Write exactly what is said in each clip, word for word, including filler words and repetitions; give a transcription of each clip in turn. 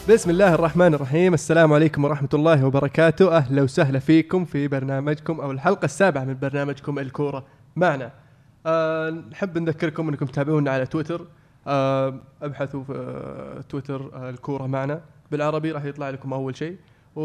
بسم الله الرحمن الرحيم. السلام عليكم ورحمة الله وبركاته. أهلا وسهلا فيكم في برنامجكم أو الحلقة السابعة من برنامجكم الكورة معنا. أه نحب نذكركم أنكم تتابعونا على تويتر. أه ابحثوا في أه تويتر أه الكورة معنا بالعربي راح يطلع لكم أول شيء.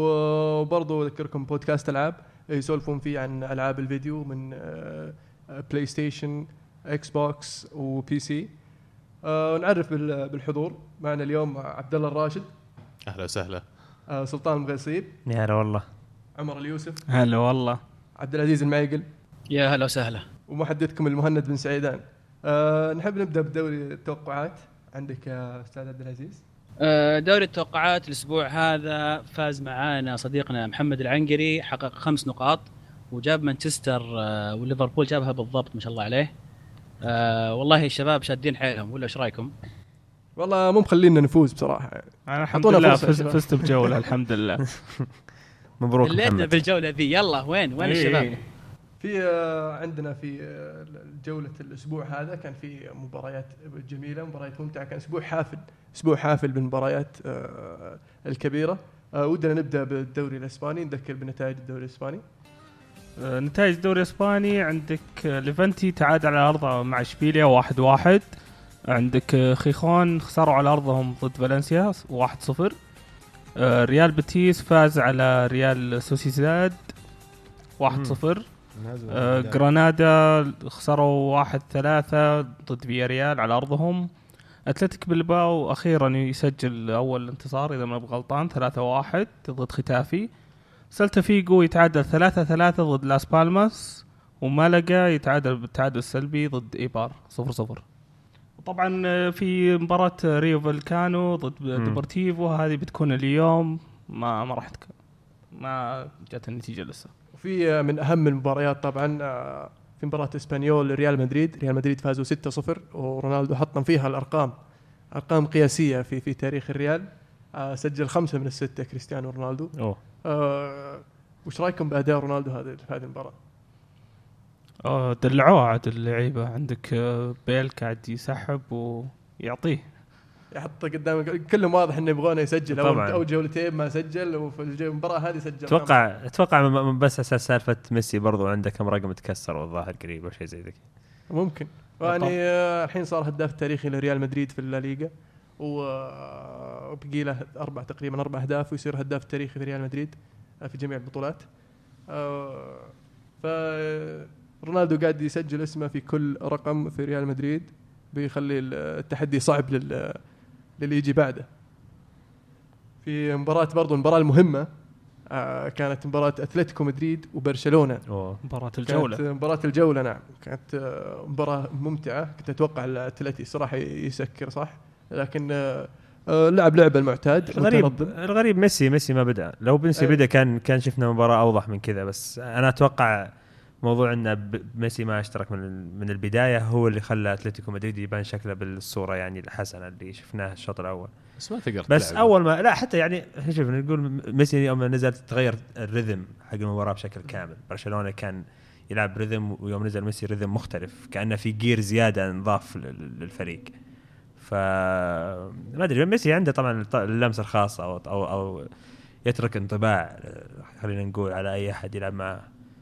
وبرضو أذكركم بودكاست ألعاب يسولفون فيه عن ألعاب الفيديو من أه بلاي ستيشن اكس بوكس وبي سي. أه نعرف بالحضور معنا اليوم عبد الله الراشد. أهلا وسهلا. آه سلطان المغيصيب. يا هلا والله. عمر اليوسف. هلا والله. عبد العزيز المعيقل. يا هلا وسهلا. ومحدثكم المهند بن سعيدان. آه نحب نبدأ بدوري التوقعات. عندك يا أستاذ عبد العزيز. آه دوري التوقعات الأسبوع هذا فاز معانا صديقنا محمد العنقري، حقق خمس نقاط وجاب مانشستر آه وليفربول جابها بالضبط ما شاء الله عليه. آه والله الشباب شادين حيلهم، ولا ايش رايكم؟ والله مو مخلينا نفوز بصراحة يعني. أنا الحمد لله فزت بجولة الحمد لله. مبروك اللي بالجولة ذي. يلا وين وين الشباب؟ في آه عندنا في آه جولة الأسبوع هذا كان في مباريات جميلة، مباريات ممتعة، كان أسبوع حافل أسبوع حافل بالمباريات آه الكبيرة. آه ودنا نبدأ بالدوري الإسباني، نذكر بنتائج الدوري الإسباني. آه نتائج الدوري الإسباني عندك ليفانتي تعادل على أرضه مع إشبيليا واحد واحد. عندك خيخون خسروا على أرضهم ضد فالنسيا واحد صفر. آه ريال بيتيس فاز على ريال سوسيداد واحد صفر. آه غرانادا خسروا واحد ثلاثة ضد فياريال على أرضهم. أتلتيك بلباو أخيرا يسجل أول انتصار إذا ما بغلطان ثلاثة واحد ضد ختافي. سلتا فيغو يتعادل ثلاثة ثلاثة ضد لاس بالماس. ومالاغا يتعادل بالتعادل السلبي ضد إيبار صفر صفر. طبعا في مباراة ريو فالكانو ضد ديبورتيفو هذه بتكون اليوم، ما ما راح ما جات النتيجة لسه. وفي من أهم المباريات طبعا في مباراة إسبانيول ريال مدريد. ريال مدريد فازوا ستة صفر ورونالدو حطم فيها الأرقام أرقام قياسية في في تاريخ الريال. سجل خمسة من الستة كريستيانو رونالدو. أوه. أه وش رأيكم بأداء رونالدو هذه في هذه المباراة؟ اه دلعوه عاد اللعيبة. عندك بيل قاعد يسحب ويعطيه يحط قدام كلهم واضح انه يبغونه يسجل او طبعاً. او جولتين ما سجل، وفي المباراه هذه سجل. اتوقع اتوقع بس اساس سالفه ميسي برضو عنده كم رقم تكسر والظاهر قريب او شيء زي ذا ممكن. يعني الحين صار هداف تاريخي لريال مدريد في الليغا وبقي له اربع تقريبا اربع اهداف ويصير هداف تاريخي في ريال مدريد في جميع البطولات. ف رونالدو قاعد يسجل اسمه في كل رقم في ريال مدريد، بيخلي التحدي صعب لل للي يجي بعده. في مباراة برضو المباراة المهمة آه كانت مباراة أتلتيكو مدريد وبرشلونة. مباراة الجولة. كانت مباراة الجولة نعم. كانت آه مباراة ممتعة. كنت أتوقع الأتلتي صراحة يسكر صح، لكن آه لعب لعبة المعتاد. الغريب الغريب ميسي ميسي ما بدأ. لو ميسي بدأ كان كان شفنا مباراة أوضح من كذا. بس أنا أتوقع موضوع ان ميسي ما اشترك من من البدايه هو اللي خلى اتلتيكو مدريد يبان شكله بالصوره يعني الحسنه اللي شفناها الشوط الاول. بس ما تقدر بس تلعب. اول ما لا حتى يعني شوف نقول ميسي يوم نزل تغير الريذم حق المباراه بشكل كامل. برشلونه كان يلعب ريذم ويوم نزل ميسي ريذم مختلف، كانه في جير زياده انضاف للفريق. ف ما ادري ميسي عنده طبعا اللمسه الخاصه او او, أو يترك انطباع خلينا نقول على اي احد يلعب معه.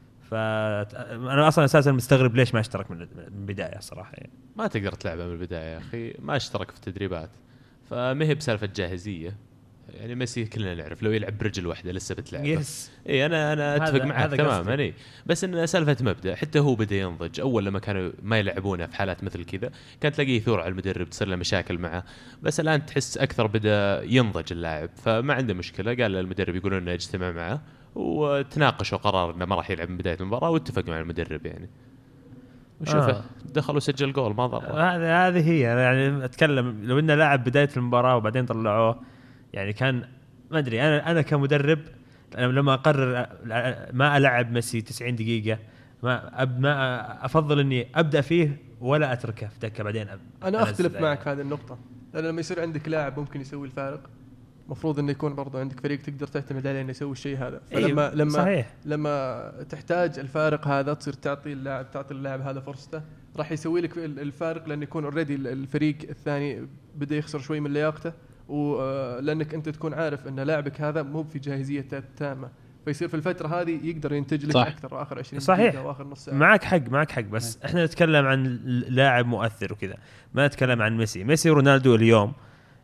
فأنا أصلاً أساساً مستغرب ليش ما اشترك من البداية صراحة يعني. ما تقدر تلعبه من البداية يا أخي، ما اشترك في التدريبات، فما هي بسالفة جاهزية. يعني ميسي كلنا نعرف لو يلعب برجل واحدة لسه بتلعب. يس. إيه أنا أنا أتفق معك تماماً. إيه بس إن سالفة مبدأ حتى هو بدأ ينضج. أول لما كانوا ما يلعبونه في حالات مثل كذا كانت تلاقيه يثور على المدرب تصير له مشاكل معه، بس الآن تحس أكثر بدأ ينضج اللاعب، فما عنده مشكلة. قال المدرب يقولون إنه اجتمع معه وتناقشوا قرار انه ما راح يلعب من بدايه المباراه واتفق مع المدرب يعني. وشوفه آه. دخل وسجل جول ما ضر. هذه هذه هي يعني اتكلم لو انه لاعب بدايه المباراه وبعدين طلعوه يعني كان ما ادري. انا انا كمدرب لما اقرر ما العب ميسي تسعين دقيقه ما أب ما افضل اني ابدا فيه ولا اتركه في دكه بعدين. انا اختلف معك في هذه النقطه، لان لما يصير عندك لاعب ممكن يسوي الفارق مفروض انه يكون برضه عندك فريق تقدر تعتمد عليه انه يسوي الشيء هذا. فلما أيوه لما صحيح. لما تحتاج الفارق هذا تصير تعطي اللاعب تعطي اللاعب هذا فرصته راح يسوي لك الفارق، لأن يكون اوريدي الفريق الثاني بده يخسر شوي من لياقته ولانك انت تكون عارف ان لاعبك هذا مو في جاهزيه تامه، فيصير في الفتره هذه يقدر ينتج لك صح. اكثر اخر عشرين صحيح. دقيقه واخر نص ساعه. معك حق معك حق بس م. احنا نتكلم عن لاعب مؤثر وكذا، ما نتكلم عن ميسي. ميسي ورونالدو اليوم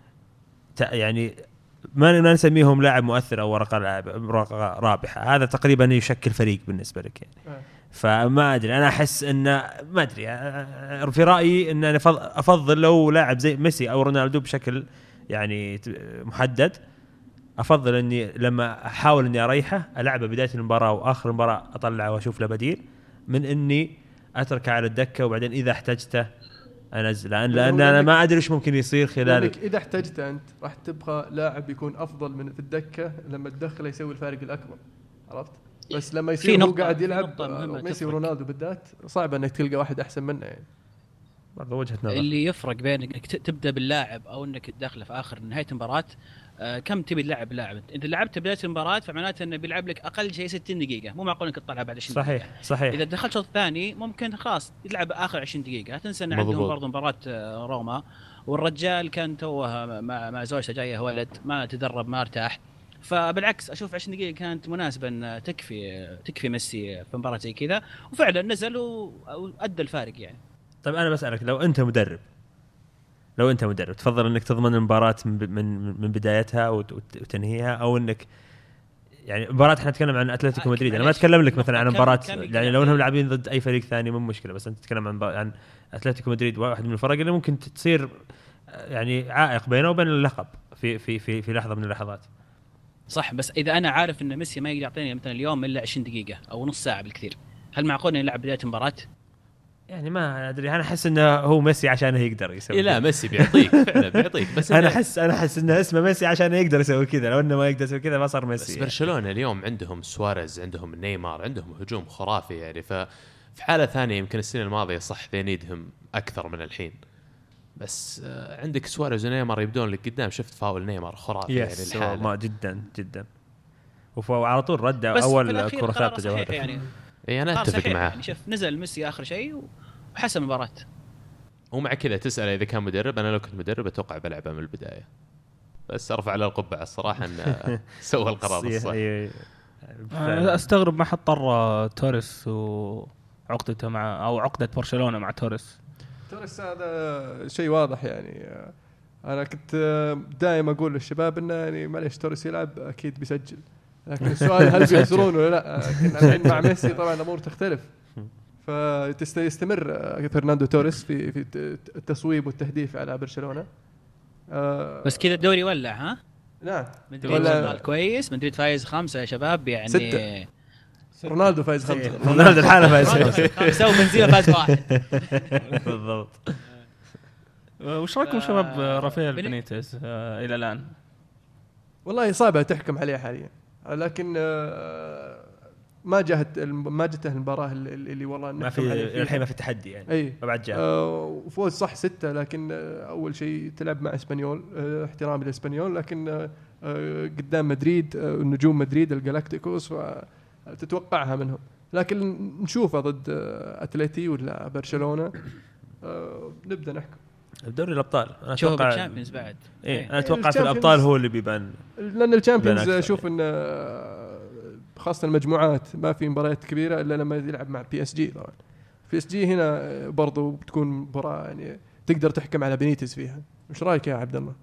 يعني ما ما نسميهم لاعب مؤثر او ورقه لاعب ورقه رابحه، هذا تقريبا يشكل فريق بالنسبه لك يعني. فما ادري، انا احس ان ما ادري في رايي ان انا افضل لو لاعب زي ميسي او رونالدو بشكل يعني محدد، افضل اني لما احاول اني اريحه العبه بدايه المباراه واخر المباراه اطلعه واشوف له بديل، من اني اتركه على الدكه وبعدين اذا احتجته انزل، لان لان انا ما ادري ايش ممكن يصير خلال. اذا احتجته انت راح تبغى لاعب يكون افضل من في الدكه لما تدخله يسوي الفارق الاكبر، عرفت؟ بس لما يصير هو قاعد يلعب ميسي ورونالدو بالذات صعب انك تلقى واحد احسن منه يعني. برضه وجهه نظر. اللي يفرق بين انك تبدا باللاعب او انك تدخله في اخر نهايه المباراه، آه كم تبي تلعب لاعب. اذا لعبت بدايه المباراه فمعناته انه بيلعب لك اقل شيء ستين دقيقه، مو معقول انك تطلع بعد عشرين صحيح دقيقه. صحيح. اذا دخلت شوط ثاني ممكن خلاص يلعب اخر عشرين دقيقه. لا تنسى ان عندهم برضه مباراه روما، والرجال كان توه مع مع زوجته جايه ولد، ما تدرب ما ارتاح، فبالعكس اشوف عشرين دقيقه كانت مناسبه ان تكفي تكفي ميسي في مباراه زي كذا، وفعلا نزل وادى الفارق يعني. طيب انا بسالك، لو انت مدرب لو انت مدرب تفضل انك تضمن المباراه من من من بدايتها وتنهيها، او انك يعني مباراه احنا نتكلم عن اتلتيكو مدريد، انا ما اتكلم لك مثلا عن مباراه يعني لو انهم لاعبين ضد اي فريق ثاني مو مشكله، بس انت تتكلم عن عن اتلتيكو مدريد، واحد من الفرق اللي ممكن تصير يعني عائق بينه وبين اللقب في في في في لحظه من اللحظات. صح، بس اذا انا عارف ان ميسي ما يقدر يعطيني مثلا اليوم الا عشرين دقيقه او نص ساعه بالكثير، هل معقول انه يلعب بدايه المباراه؟ يعني ما ادري، انا احس انه هو ميسي عشان يقدر يسوي. إيه لا ميسي بيعطيك فعلا بيعطيك، بس انا احس انا احس انه اسمه ميسي عشان يقدر يسوي كذا، لو انه ما يقدر يسوي كذا ما صار ميسي. بس يعني. برشلونه اليوم عندهم سواريز، عندهم نيمار، عندهم هجوم خرافي يعني، ففي حاله ثانيه يمكن السنه الماضيه صح ذينيدهم اكثر من الحين، بس عندك سواريز ونيمار يبدون لك قدام. شفت فاول نيمار خرافي يعني الحالة. ما جدا جدا، وعلى طول رد اول كره ثابته جوهر يعني. اي انا اتفق معه يعني. شوف نزل ميسي اخر شيء وحسم المباراه. ومع كذا تسأل إذا كان مدرب، أنا لو كنت مدرب أتوقع بلعبه من البداية، بس أرفع على القبعة الصراحة أن سوى القرار الصح. أستغرب ما حطر توريس وعقدته مع أو عقدة برشلونة مع توريس. توريس هذا شيء واضح يعني. أنا كنت دائما أقول للشباب إنه يعني معليش توريس يلعب أكيد بيسجل، لكن السؤال هل بيخسرون ولا لا؟ الحين مع ميسي طبعا الأمور تختلف، فيستمر فرناندو توريس في في التصويب والتهديف على برشلونة. أه بس كذا الدوري ولع ها؟ نعم مدريد شغال كويس، مدريد فايز خمسة يا شباب يعني. ستة. رونالدو فايز خمسة. رونالدو الحالة فايز خمسة وبنزيما فاز واحد. بالضبط. وش رأيكم شباب رافائيل بينيتز آه إلى الآن؟ والله صعبة تحكم عليه حاليا، لكن آه ما جاءت ما جته المباراه اللي, اللي والله ما في الحين ما في تحدي يعني. اي ما بعد جاء آه وفوز صح ستة، لكن آه اول شيء تلعب مع اسبانيول، آه احترامي للاسبانيول، لكن آه آه قدام مدريد، آه نجوم مدريد الجالاكتيكوس تتوقعها منهم، لكن نشوفه ضد آه اتلتي ولا برشلونه آه نبدا نحكم. الدوري الابطال انا اتوقع الشامبيونز بعد ايه انا اتوقع في الابطال هو اللي بيبان، لان الشامبيونز اشوف ان خاصة المجموعات ما في مباريات كبيرة إلا لما يلعب مع بي اس جي. طبعا بي اس جي هنا برضو بتكون مباراة يعني تقدر تحكم على بنيتز فيها. مش رأيك يا عبد الله؟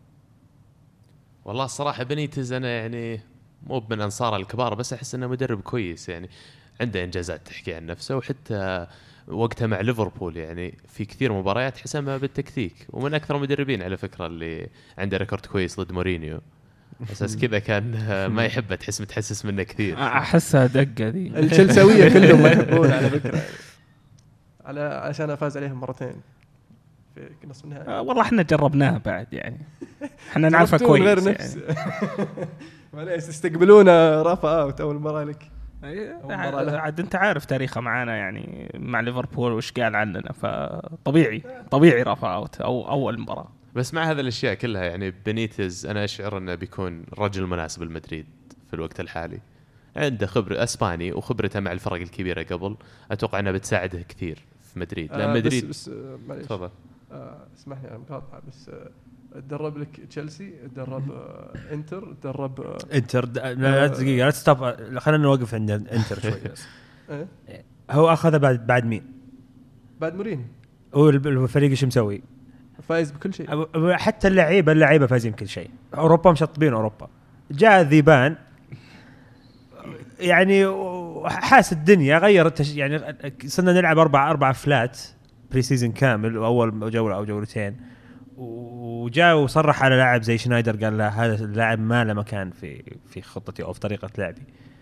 والله الصراحة بنيتز أنا يعني مو من أنصار الكبار، بس أحس إنه مدرب كويس يعني، عنده إنجازات تحكي عن نفسه، وحتى وقتها مع ليفربول يعني في كثير مباريات حسمها بالتكتيك، ومن أكثر المدربين على فكرة اللي عنده ريكورد كويس ضد مورينيو، أساس كذا كان ما يحبه، تحس متحسس منه كثير. أحسها دقة دي. الشلسوية كلهم ما يحبون على فكرة يعني. على عشان أفاز عليهم مرتين في نصف النهائي. آه والله إحنا جربناها بعد يعني. إحنا نعرفها كويس غير نفس. يعني. معليش تستقبلونا رافع أوت أول مرة لك. عاد أنت عارف تاريخه معانا يعني مع ليفربول وش قال عننا، فطبيعي طبيعي رافع أوت أو أول مباراة. بس مع هذا الاشياء كلها يعني بنيتز انا اشعر انه بيكون رجل مناسب لمدريد في الوقت الحالي، عنده خبره اسباني وخبرته مع الفرق الكبيره قبل، اتوقع انها بتساعده كثير في مدريد. لان آه مدريد بس, بس تفضل. آه اسمح لي انا مقاطع، بس درب لك تشيلسي، درب آه انتر، درب آه انتر د... لا دقيقه لا ستوب، خلينا نوقف عند انتر شوي بس. إيه؟ هو اخذها بعد بعد مين؟ بعد مورينيو. هو الفريق ايش مسوي؟ فايز بكل شيء، حتى اللعيبه اللعيبه فايزين بكل شيء. اوروبا مشطبين اوروبا. جاء ذيبان يعني حاس الدنيا غيرت، يعني صرنا نلعب أربعة أربعة فلات بري سيزن كامل وأول جولة أو جولتين، وجاء وصرح على لاعب زي شنايدر قال له هذا اللاعب ما له مكان في في خطتي أو في طريقة لعبي،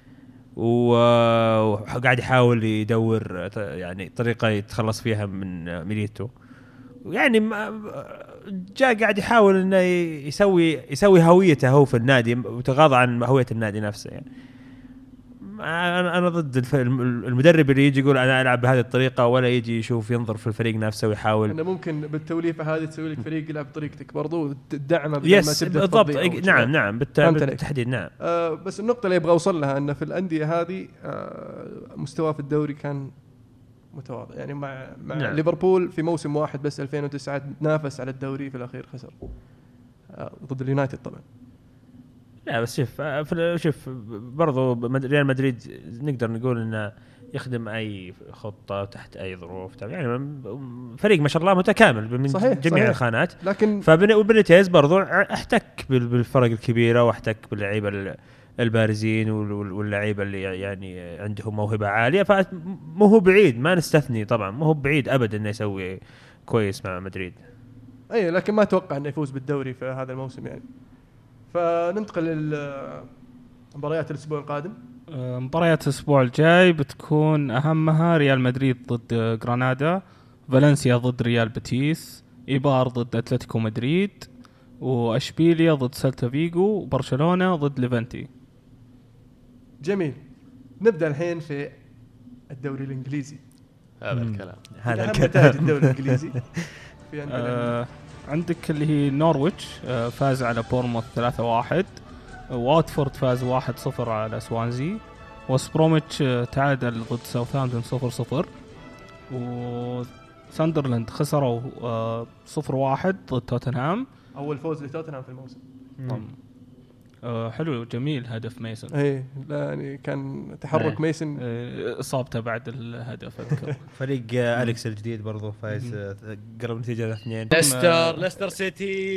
وقاعد يحاول يدور يعني طريقة يتخلص فيها من ميليتو. يعني جاء قاعد يحاول إنه يسوي يسوي هويته هو في النادي وتغاضى عن هوية النادي نفسه. يعني أنا أنا ضد المدرب اللي يجي يقول أنا ألعب بهذه الطريقة ولا يجي يشوف ينظر في الفريق نفسه ويحاول. أنا ممكن بالتوليفة هذه تسوي لك فريق يلعب بطريقتك برضو وتدعمه بدل ما تبدأ بالضبط. نعم نعم بالتحديد نعم. آه بس النقطة اللي أبغى أوصل لها أن في الأندية هذه آه مستوى في الدوري كان متواضع. يعني مع مع نعم. ليفربول في موسم واحد بس ألفين وتسعة نافس على الدوري، في الأخير خسر آه ضد اليونايتد طبعا. لا بس شوف شوف برضو ريال مدريد نقدر نقول انه يخدم اي خطه تحت اي ظروف، يعني فريق ما شاء الله متكامل من صحيح جميع صحيح. الخانات. لكن فبنيتيز برضو احتك بالفرق الكبيره واحتك باللعيبه البارزين واللعيبه اللي يعني عندهم موهبه عاليه، فمو هو بعيد ما نستثني طبعا مو هو بعيد ابدا انه يسوي كويس مع مدريد. اي لكن ما اتوقع انه يفوز بالدوري في هذا الموسم يعني. فننتقل لمباريات الأسبوع القادم. مباريات الأسبوع الجاي بتكون أهمها ريال مدريد ضد غرانادا، فالنسيا ضد ريال بيتيس، إيبار ضد أتلتيكو مدريد، وأشبيليا ضد سيلتا فيغو، وبرشلونة ضد ليفانتي. جميل. نبدأ الحين في الدوري الإنجليزي. هذا الكلام هذا الكلام الدوري الإنجليزي. في عندنا عندك اللي هي نورويتش فاز على بورموث ثلاثة واحد، واتفورد فاز واحد صفر على سوانزي، وسبروميتش تعادل ضد ساوثهامبتون صفر صفر، وساندرلاند خسروا صفر واحد ضد توتنهام. أول فوز لتوتنهام في الموسم. أه حلو جميل هدف ميسن. ايه لا يعني كان تحرك ميسن اصابته بعد الهدف اذكر. فريق أليكس الجديد برضو فايز قرب نتيجه اثنين. ليستر ليستر سيتي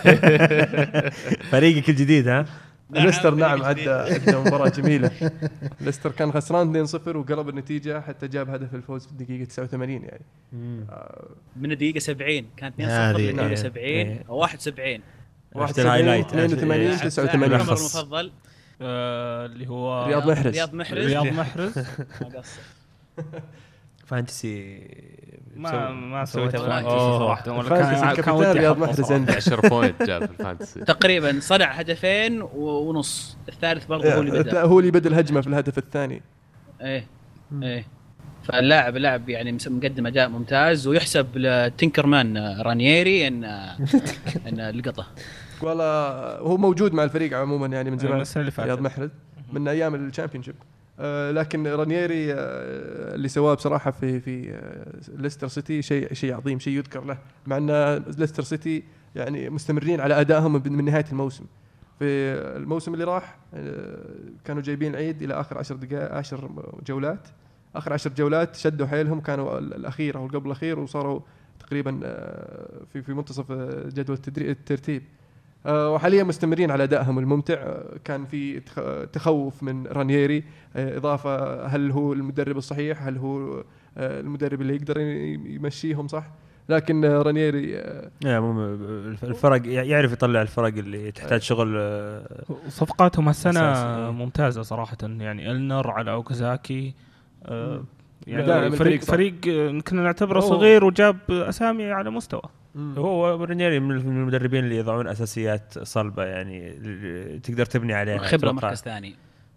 فريقك الجديد ها. ليستر نعم عدى عدى مباراه جميله. ليستر كان خسران اثنين صفر وقرب النتيجه حتى جاب هدف الفوز في الدقيقه تسعة وثمانين يعني آه من الدقيقه سبعين كانت اثنين صفر للدقيقه سبعين او واحد وسبعين واحد الهايلايت اثنين وثمانين تسعة وثمانين. الخبر المفضل آه اللي هو رياض محرز. رياض محرز رياض محرز ما قصر فانتسي ما ما سويت فانتسي صراحه ولا كان كان ودي رياض محرز عنده عشرة بوينت جاب في الفانتسي تقريبا صنع هدفين ونص. الثالث برضه هو اللي بدا هو اللي بدا الهجمه في الهدف الثاني. ايه ايه فاللاعب اللاعب يعني مقدم اداء ممتاز ويحسب لتينكرمان رانييري ان ان لقطه. والله هو موجود مع الفريق عموما يعني من زمان رياض محرز من ايام الشامبيونشيب. آه لكن رانييري آه اللي سواه بصراحه في في آه ليستر سيتي شيء شيء عظيم، شيء يذكر له، مع ان ليستر سيتي يعني مستمرين على ادائهم من نهايه الموسم. في الموسم اللي راح آه كانوا جايبين العيد الى اخر عشر دقائق عشر جولات، اخر عشر جولات شدوا حيلهم، كانوا الاخير او قبل الاخير وصاروا تقريبا آه في في منتصف جدول الترتيب. أه وحاليا مستمرين على أدائهم الممتع. أه كان في تخوف من رانييري، أه إضافة هل هو المدرب الصحيح، هل هو أه المدرب اللي يقدر يمشيهم صح، لكن أه رانييري أه الفرق يعرف يطلع الفرق اللي تحتاج شغل. أه صفقاتهم السنة ممتازة صراحة، يعني إلنر على أوكازاكي أه يعني فريق فريق كنا نعتبره صغير وجاب أسامي على مستوى. هو رانييري من المدربين اللي يضعون اساسيات صلبه يعني تقدر تبني عليها خبره مركز ثاني.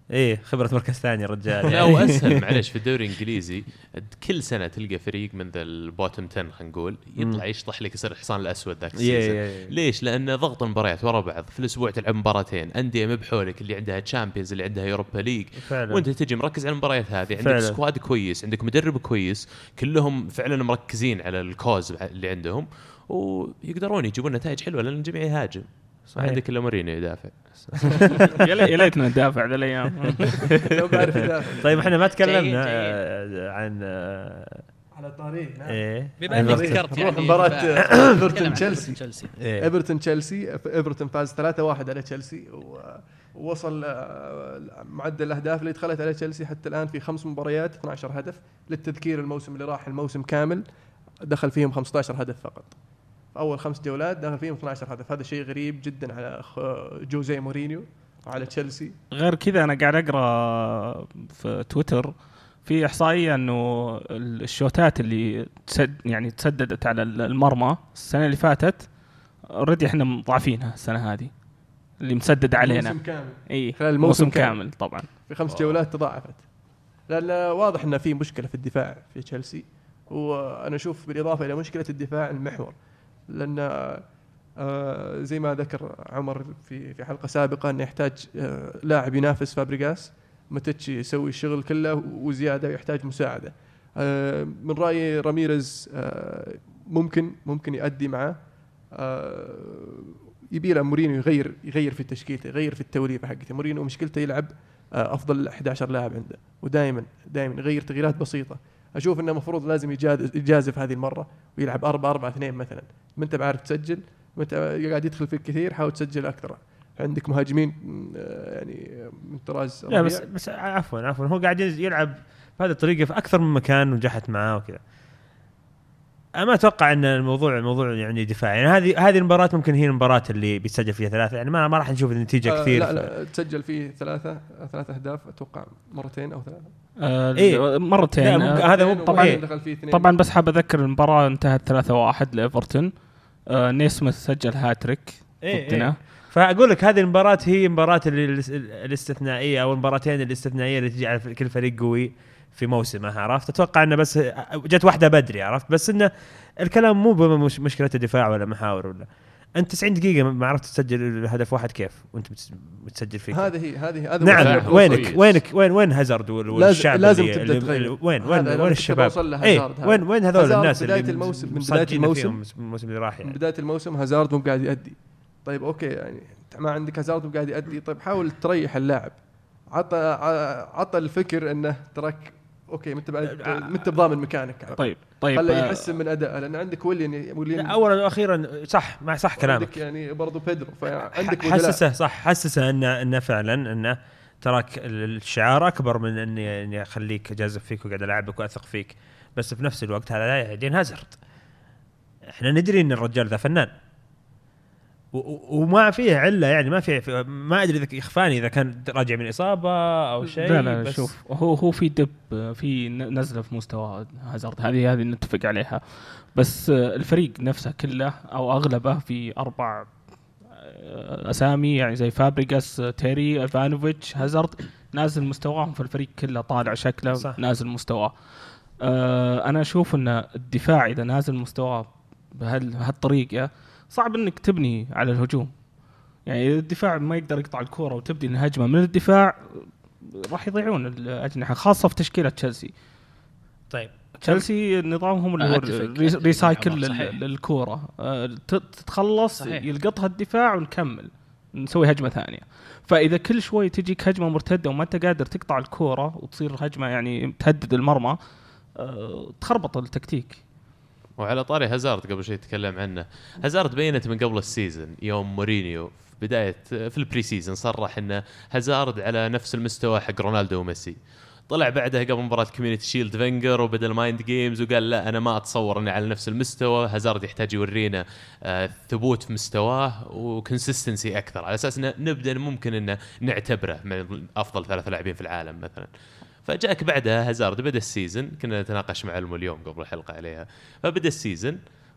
ايه خبره مركز ثاني الرجال لا يعني. واسهل معلش في الدوري الانجليزي كل سنه تلقى فريق من ذا البوتم عشرة خلينا نقول يطلع يشطح لك يصير الحصان الاسود ذاك السيزون. ليش؟ لان ضغط المباريات ورا بعض في الاسبوع تلعب مباراتين انديه مبحولك اللي عندها تشامبيونز اللي عندها يوروبا ليج وانت تجي مركز على المباريات هذه عندك فعلا. سكواد كويس عندك مدرب كويس كلهم فعلا مركزين على الكوز اللي عندهم ويقدرون يجيبون نتائج حلوه لان الجميع يهاجم. عندك الا مورينيو يدافع. يا ليتنا ندافع ذا الايام. لو بعرف يدافع. طيب احنا ما تكلمنا عن على طريق نعم. ايه بما انك ذكرت يعني مباراة ايفرتون تشيلسي. إيه. ايفرتون تشيلسي ايفرتون فاز ثلاثة واحد على تشيلسي ووصل معدل الاهداف اللي دخلت على تشيلسي حتى الان في خمس مباريات اثنا عشر هدف. للتذكير الموسم اللي راح الموسم كامل دخل فيهم خمسة عشر هدف فقط. أول خمس جولات دخل فيهم اثنا عشر هدف. هذا شيء غريب جدا على جوزيه مورينيو وعلى تشيلسي. غير كذا أنا قاعد أقرأ في تويتر في إحصائية إنه الشوتات اللي تسد يعني تسددت على المرمى السنة اللي فاتت أوريدي إحنا مضاعفينها السنة هذه اللي مسدد علينا. موسم كامل. إيه خلال الموسم كامل. كامل طبعا. في خمس جولات تضاعفت. لأن واضح إن في مشكلة في الدفاع في تشيلسي. وأنا أشوف بالإضافة إلى مشكلة الدفاع المحور. لأن آه زي ما ذكر عمر في في حلقة سابقة أنه يحتاج آه لاعب ينافس فابريغاس متتش يسوي الشغل كله وزيادة ويحتاج مساعدة. آه من رأيي راميريز آه ممكن ممكن يؤدي معه. آه يبي له مورينيو يغير يغير في التشكيلة يغير في التوليفة حقته. مورينيو مشكلته يلعب آه أفضل أحد عشر لاعب عنده ودائما دائما يغير تغييرات بسيطة. أشوف إنه مفروض لازم يجازف هذه المرة ويلعب أربعة أربعة اثنين مثلا. ما أنت بعرف تسجل ما أنت قاعد يدخل فيك كثير حاول تسجل أكثر. عندك مهاجمين يعني من طراز لا بس بس عفوا عفوا هو قاعد يلعب بهذه الطريقة في أكثر من مكان ونجحت معاه وكذا. أنا ما أتوقع أن الموضوع الموضوع يعني دفاعي. يعني هذه هذه المباراة ممكن هي المباراة اللي بيتسجل فيها ثلاثة يعني ما ما راح نشوف النتيجة آه كثير. لا لا تسجل فيه ثلاثة ثلاثة أهداف أتوقع مرتين أو ثلاثة. آه إيه مرتين. آه هذا مو طبعا إيه. طبعا بس حاب أذكر المباراة انتهت ثلاثة واحد لإيفرتون. آه نيسمث سجل هاتريك إيه ضدنا. إيه. فأقول لك هذه المباراة هي مباراة الاستثنائية أو المباراتين الاستثنائية اللي تجي على كل فريق قوي في موسمه. عرفت أتوقع أنه بس جت واحدة بدري عرفت بس إنه الكلام مو بمشكلة الدفاع ولا محاور ولا أنت تسعين دقيقة ما عرفت تسجل هدف واحد كيف وأنت بتسجل فيك. هذه هي هذه هذا نعم وينك وينك وين وين هازارد والشعب لازم تبدأ تغير. وين وين وين الشباب إيه وين وين هذول الناس بداية الموسم من بداية الموسم الموسم اللي راح يعني. من بداية الموسم هازارد مو قاعد يؤدي. طيب أوكي يعني ما عندك هازارد مو قاعد يؤدي. طيب حاول تريح اللاعب. عطى عطى الفكر إنه ترك اوكي انت انت بضامن مكانك. طيب طيب خليه يحسن من اداءه لان عندك ويليان ويليان اولا واخيرا صح ما صح كلامك. عندك يعني برضو بيدرو فعندك حسسه صح حسسه انه انه فعلا انه تراك الشعار اكبر من اني اني اخليك اجازف فيك وقاعد العبك واثق فيك. بس في نفس الوقت هذا يعدين هازارد. احنا ندري ان الرجال ذا فنان وما فيه عله يعني ما في ما ادري اذا يخفاني اذا كان راجع من اصابه او شيء. لا لا بس شوف هو هو في دب في نزله في مستوى هازارد هذه هذه نتفق عليها. بس الفريق نفسه كله او اغلبه في اربع اسامي يعني زي فابريغاس تيري ايفانوفيتش هازارد نازل مستواهم في الفريق كله طالع شكله صح. نازل مستواه. أه انا اشوف ان الدفاع اذا نازل مستواه بهالطريقه صعب انك تبني على الهجوم. يعني الدفاع ما يقدر يقطع الكرة وتبدي الهجمة من الدفاع راح يضيعون الأجنحة خاصة في تشكيلة تشيلسي. طيب تشيلسي نظامهم اللي هو ريسايكل للكرة تتخلص صحيح. يلقطها الدفاع ونكمل نسوي هجمة ثانية. فإذا كل شوي تجيك هجمة مرتدة وما أنت قادر تقطع الكرة وتصير هجمة يعني تهدد المرمى تخربط التكتيك. وعلى طاري هازارد قبل شيء تكلم عنه. هازارد بينت من قبل السيزن يوم مورينيو في بداية في البري سيزن صرح إنه هازارد على نفس المستوى حق رونالدو وميسي. طلع بعدها قبل مباراة كوميونيتي شيلد فينجر وبدل مايند جيمز وقال لا أنا ما أتصور إني على نفس المستوى. هازارد يحتاج يورينا آه ثبوت في مستواه وكونسيستنسي أكثر على أساس إنه نبدأ ممكن إنه نعتبره من أفضل ثلاثة لاعبين في العالم مثلا. فجاءك بعدها هازارد بدأ السيزن كنا نتناقش مع علمه اليوم قبل الحلقة عليها. فبدأ السيزن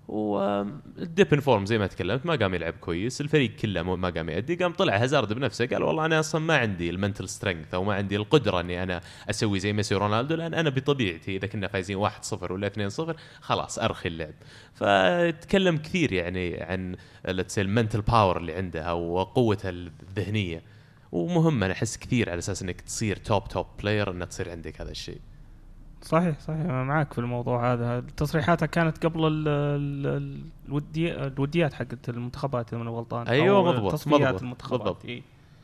والديب ان فورم زي ما تكلمت، ما قام يلعب كويس، الفريق كله ما قام يأدي. قام طلع هازارد بنفسه قال والله انا اصلا ما عندي المنتل سترينث او ما عندي القدره اني انا اسوي زي ميسي ورونالدو، لان انا بطبيعتي اذا كنا فايزين واحد صفر ولا اثنين صفر خلاص ارخي اللعب. فتكلم كثير يعني عن المنتل باور اللي عنده او قوته الذهنيه، ومهم انا احس كثير على اساس انك تصير توب توب بلاير انك تصير عندك هذا الشيء. صحيح صحيح أنا معك في الموضوع هذا. تصريحاتها كانت قبل ال ال الودي الوديات حقت المنتخبات من غلطان. ايوه مضبوط تصفيات المنتخبات. إيه.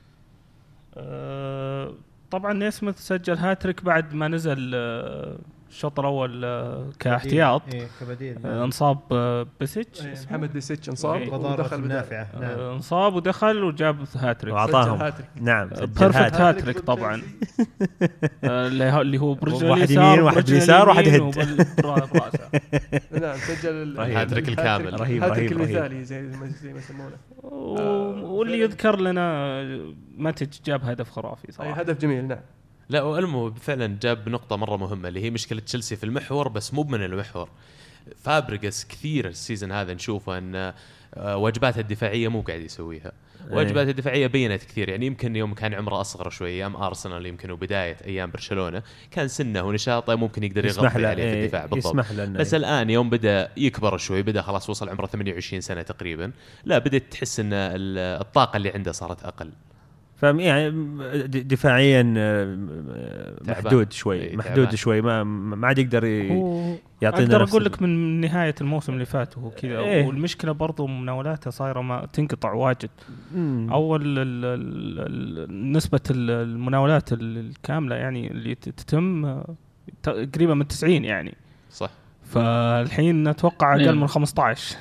أه طبعا نيسميث سجل هاتريك بعد ما نزل أه الشوط الاول أه كاحتياط. إيه كبديل. أه انصاب أه بيسيتش إيه محمد بيسيتش انصاب إيه ودخل نافعه. نعم. أه انصاب ودخل وجاب هاتريك واعطاهم. نعم بيرفكت هاتريك طبعا. اللي هو برجل واحد يمين واحد يسار واحد هد. نعم سجل الهاتريك الكامل رهيب هاتريك رهيب المثالي زي زي ما يسمونه. واللي يذكر لنا ماتج جاب هدف خرافي صراحه. هدف جميل. نعم لا والمو فعلا جاب نقطه مره مهمه اللي هي مشكله تشيلسي في المحور، بس مو من المحور. فابريغاس كثير السيزن هذا نشوفه ان واجباته الدفاعيه مو قاعد يسويها. واجباته الدفاعيه بينت كثير، يعني يمكن يوم كان عمره اصغر شوي ايام ارسنال يمكن وبدايه ايام برشلونه كان سنه ونشاطه ممكن يقدر يغطي عليه في الدفاع بالضبط. بس الان يوم بدا يكبر شوي، بدا خلاص وصل عمره ثمانية وعشرين سنه تقريبا، لا بدت تحس ان الطاقه اللي عنده صارت اقل. يعني دفاعيا محدود شوي محدود تعبان. شوي ما ما عاد يقدر يعطينا. اقدر اقول لك من نهايه الموسم اللي فات وهو كذا. إيه. والمشكله برضو مناولاته صايره ما تنقطع واجد. مم. اول ال ال نسبه المناولات الكامله يعني اللي تتم تقريبا من تسعين يعني صح. فالحين نتوقع اقل من خمسة عشر.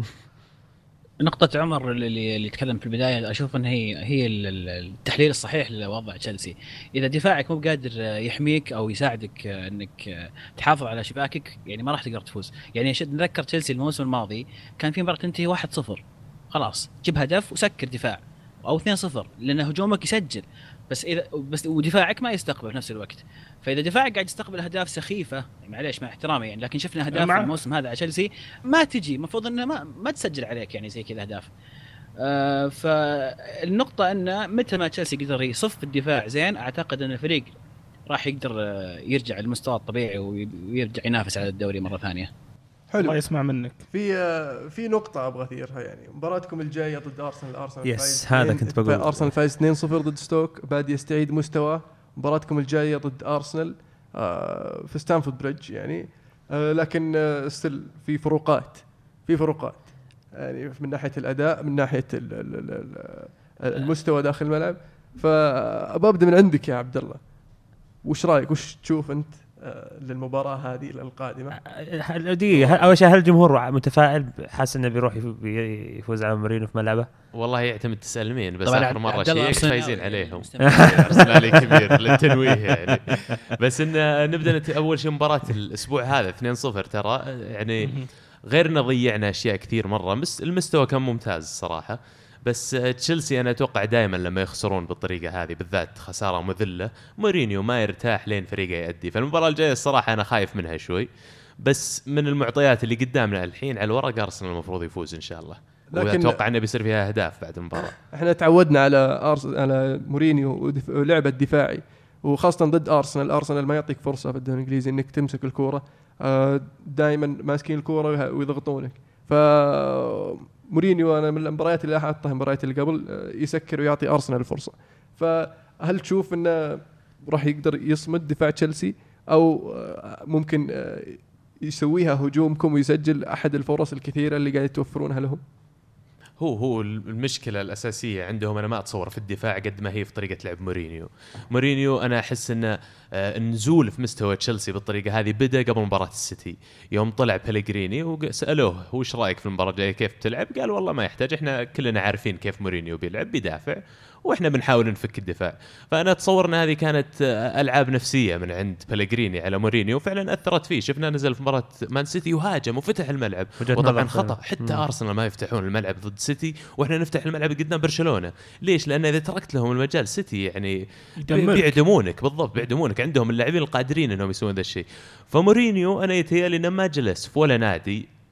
نقطة عمر اللي اللي يتكلم في البداية أشوف أن هي هي التحليل الصحيح لوضع تشيلسي. إذا دفاعك مو قادر يحميك أو يساعدك أنك تحافظ على شباكك يعني ما راح تقدر تفوز. يعني نتذكر تشيلسي الموسم الماضي كان في مباراة تنتهي واحد صفر خلاص جيب هدف وسكر دفاع، أو اثنين صفر لأن هجومك يسجل بس إذا بس ودفاعك ما يستقبل في نفس الوقت. فإذا دفاعك قاعد يستقبل أهداف سخيفة يعني معليش مع احترامي يعني، لكن شفنا أهداف في الموسم هذا على تشيلسي ما تجي مفروض إنه ما ما تسجل عليك يعني زي كذا أهداف. آه فالنقطة إنه متى ما تشيلسي قدر يصف الدفاع زين أعتقد أن الفريق راح يقدر يرجع للمستوى الطبيعي ويرجع ينافس على الدوري مرة ثانية. حلو. الله يسمع منك. في في نقطة أبغى أثيرها يعني مباراتكم الجاية ضد أرسنال. أرسنال يس هذا كنت بقول. أرسنال فايز اثنين صفر ضد ستوك بعد يستعيد مستوى. مباراتكم الجاية ضد أرسنال في ستانفورد بريدج يعني، لكن استل في فروقات في فروقات يعني من ناحية الأداء من ناحية المستوى داخل الملعب. فأبدأ من عندك يا عبد الله، وش رأيك وش تشوف أنت للمباراة هذه القادمة؟ دقيقة أول شيء هل الجمهور متفائل حاسس إنه بيروح يفوز على مورينيو في ملعبه؟ والله يعتمد تسأل مين، بس آخر مرة شيء فايزين عليهم أرسنالي كبير للتنويه يعني. بس إن نبدأ أول شيء مباراة الأسبوع هذا اثنين صفر ترى يعني غيرنا ضيعنا أشياء كثير مرة. المستوى كان ممتاز صراحة، بس تشيلسي أنا أتوقع دائما لما يخسرون بالطريقة هذه بالذات خسارة مذلة مورينيو ما يرتاح لين فريقه يأدي. فالمباراة الجاية الصراحة أنا خايف منها شوي، بس من المعطيات اللي قدامنا الحين على الورق أرسنال المفروض يفوز إن شاء الله، لكن أتوقع أنه بيصير فيها أهداف بعد المباراة. إحنا تعودنا على أرسنال على مورينيو ولعبة دفاعي، وخاصة ضد أرسنال. أرسنال ما يعطيك فرصة في الدوري الإنجليزي إنك تمسك الكرة، دائما ماسكين الكرة ويضغطونك. ف مورينيو أنا من المباريات اللي حطها المباريات اللي قبل يسكر ويعطي أرسنال الفرصة. فهل تشوف إنه راح يقدر يصمد دفاع تشيلسي، أو ممكن يسويها هجومكم ويسجل أحد الفرص الكثيرة اللي قاعد توفرونها لهم؟ هو هو المشكلة الأساسية عندهم أنا ما أتصور في الدفاع قد ما هي في طريقة لعب مورينيو. مورينيو أنا أحس أن النزول في مستوى تشيلسي بالطريقة هذه بدأ قبل مباراة السيتي يوم طلع بيليغريني وسألوه وش رأيك في المباراة الجاية كيف بتلعب، قال والله ما يحتاج، إحنا كلنا عارفين كيف مورينيو بيلعب بيدافع وإحنا بنحاول نفك الدفاع. فأنا أتصور أن هذه كانت ألعاب نفسية من عند بيليغريني على مورينيو فعلا أثرت فيه. شفنا نزل في مباراة مان سيتي وهاجم وفتح الملعب، وطبعا خطأ حتى أرسنال ما يفتحون الملعب ضد سيتي وإحنا نفتح الملعب قدام برشلونة. ليش؟ لأن إذا تركت لهم المجال سيتي يعني بيعدمونك. بالضبط بيعدمونك، عندهم اللاعبين القادرين إنهم يسوون ذا الشيء. فمورينيو أنا يتهيألي إنه ما جلس في ولا نادي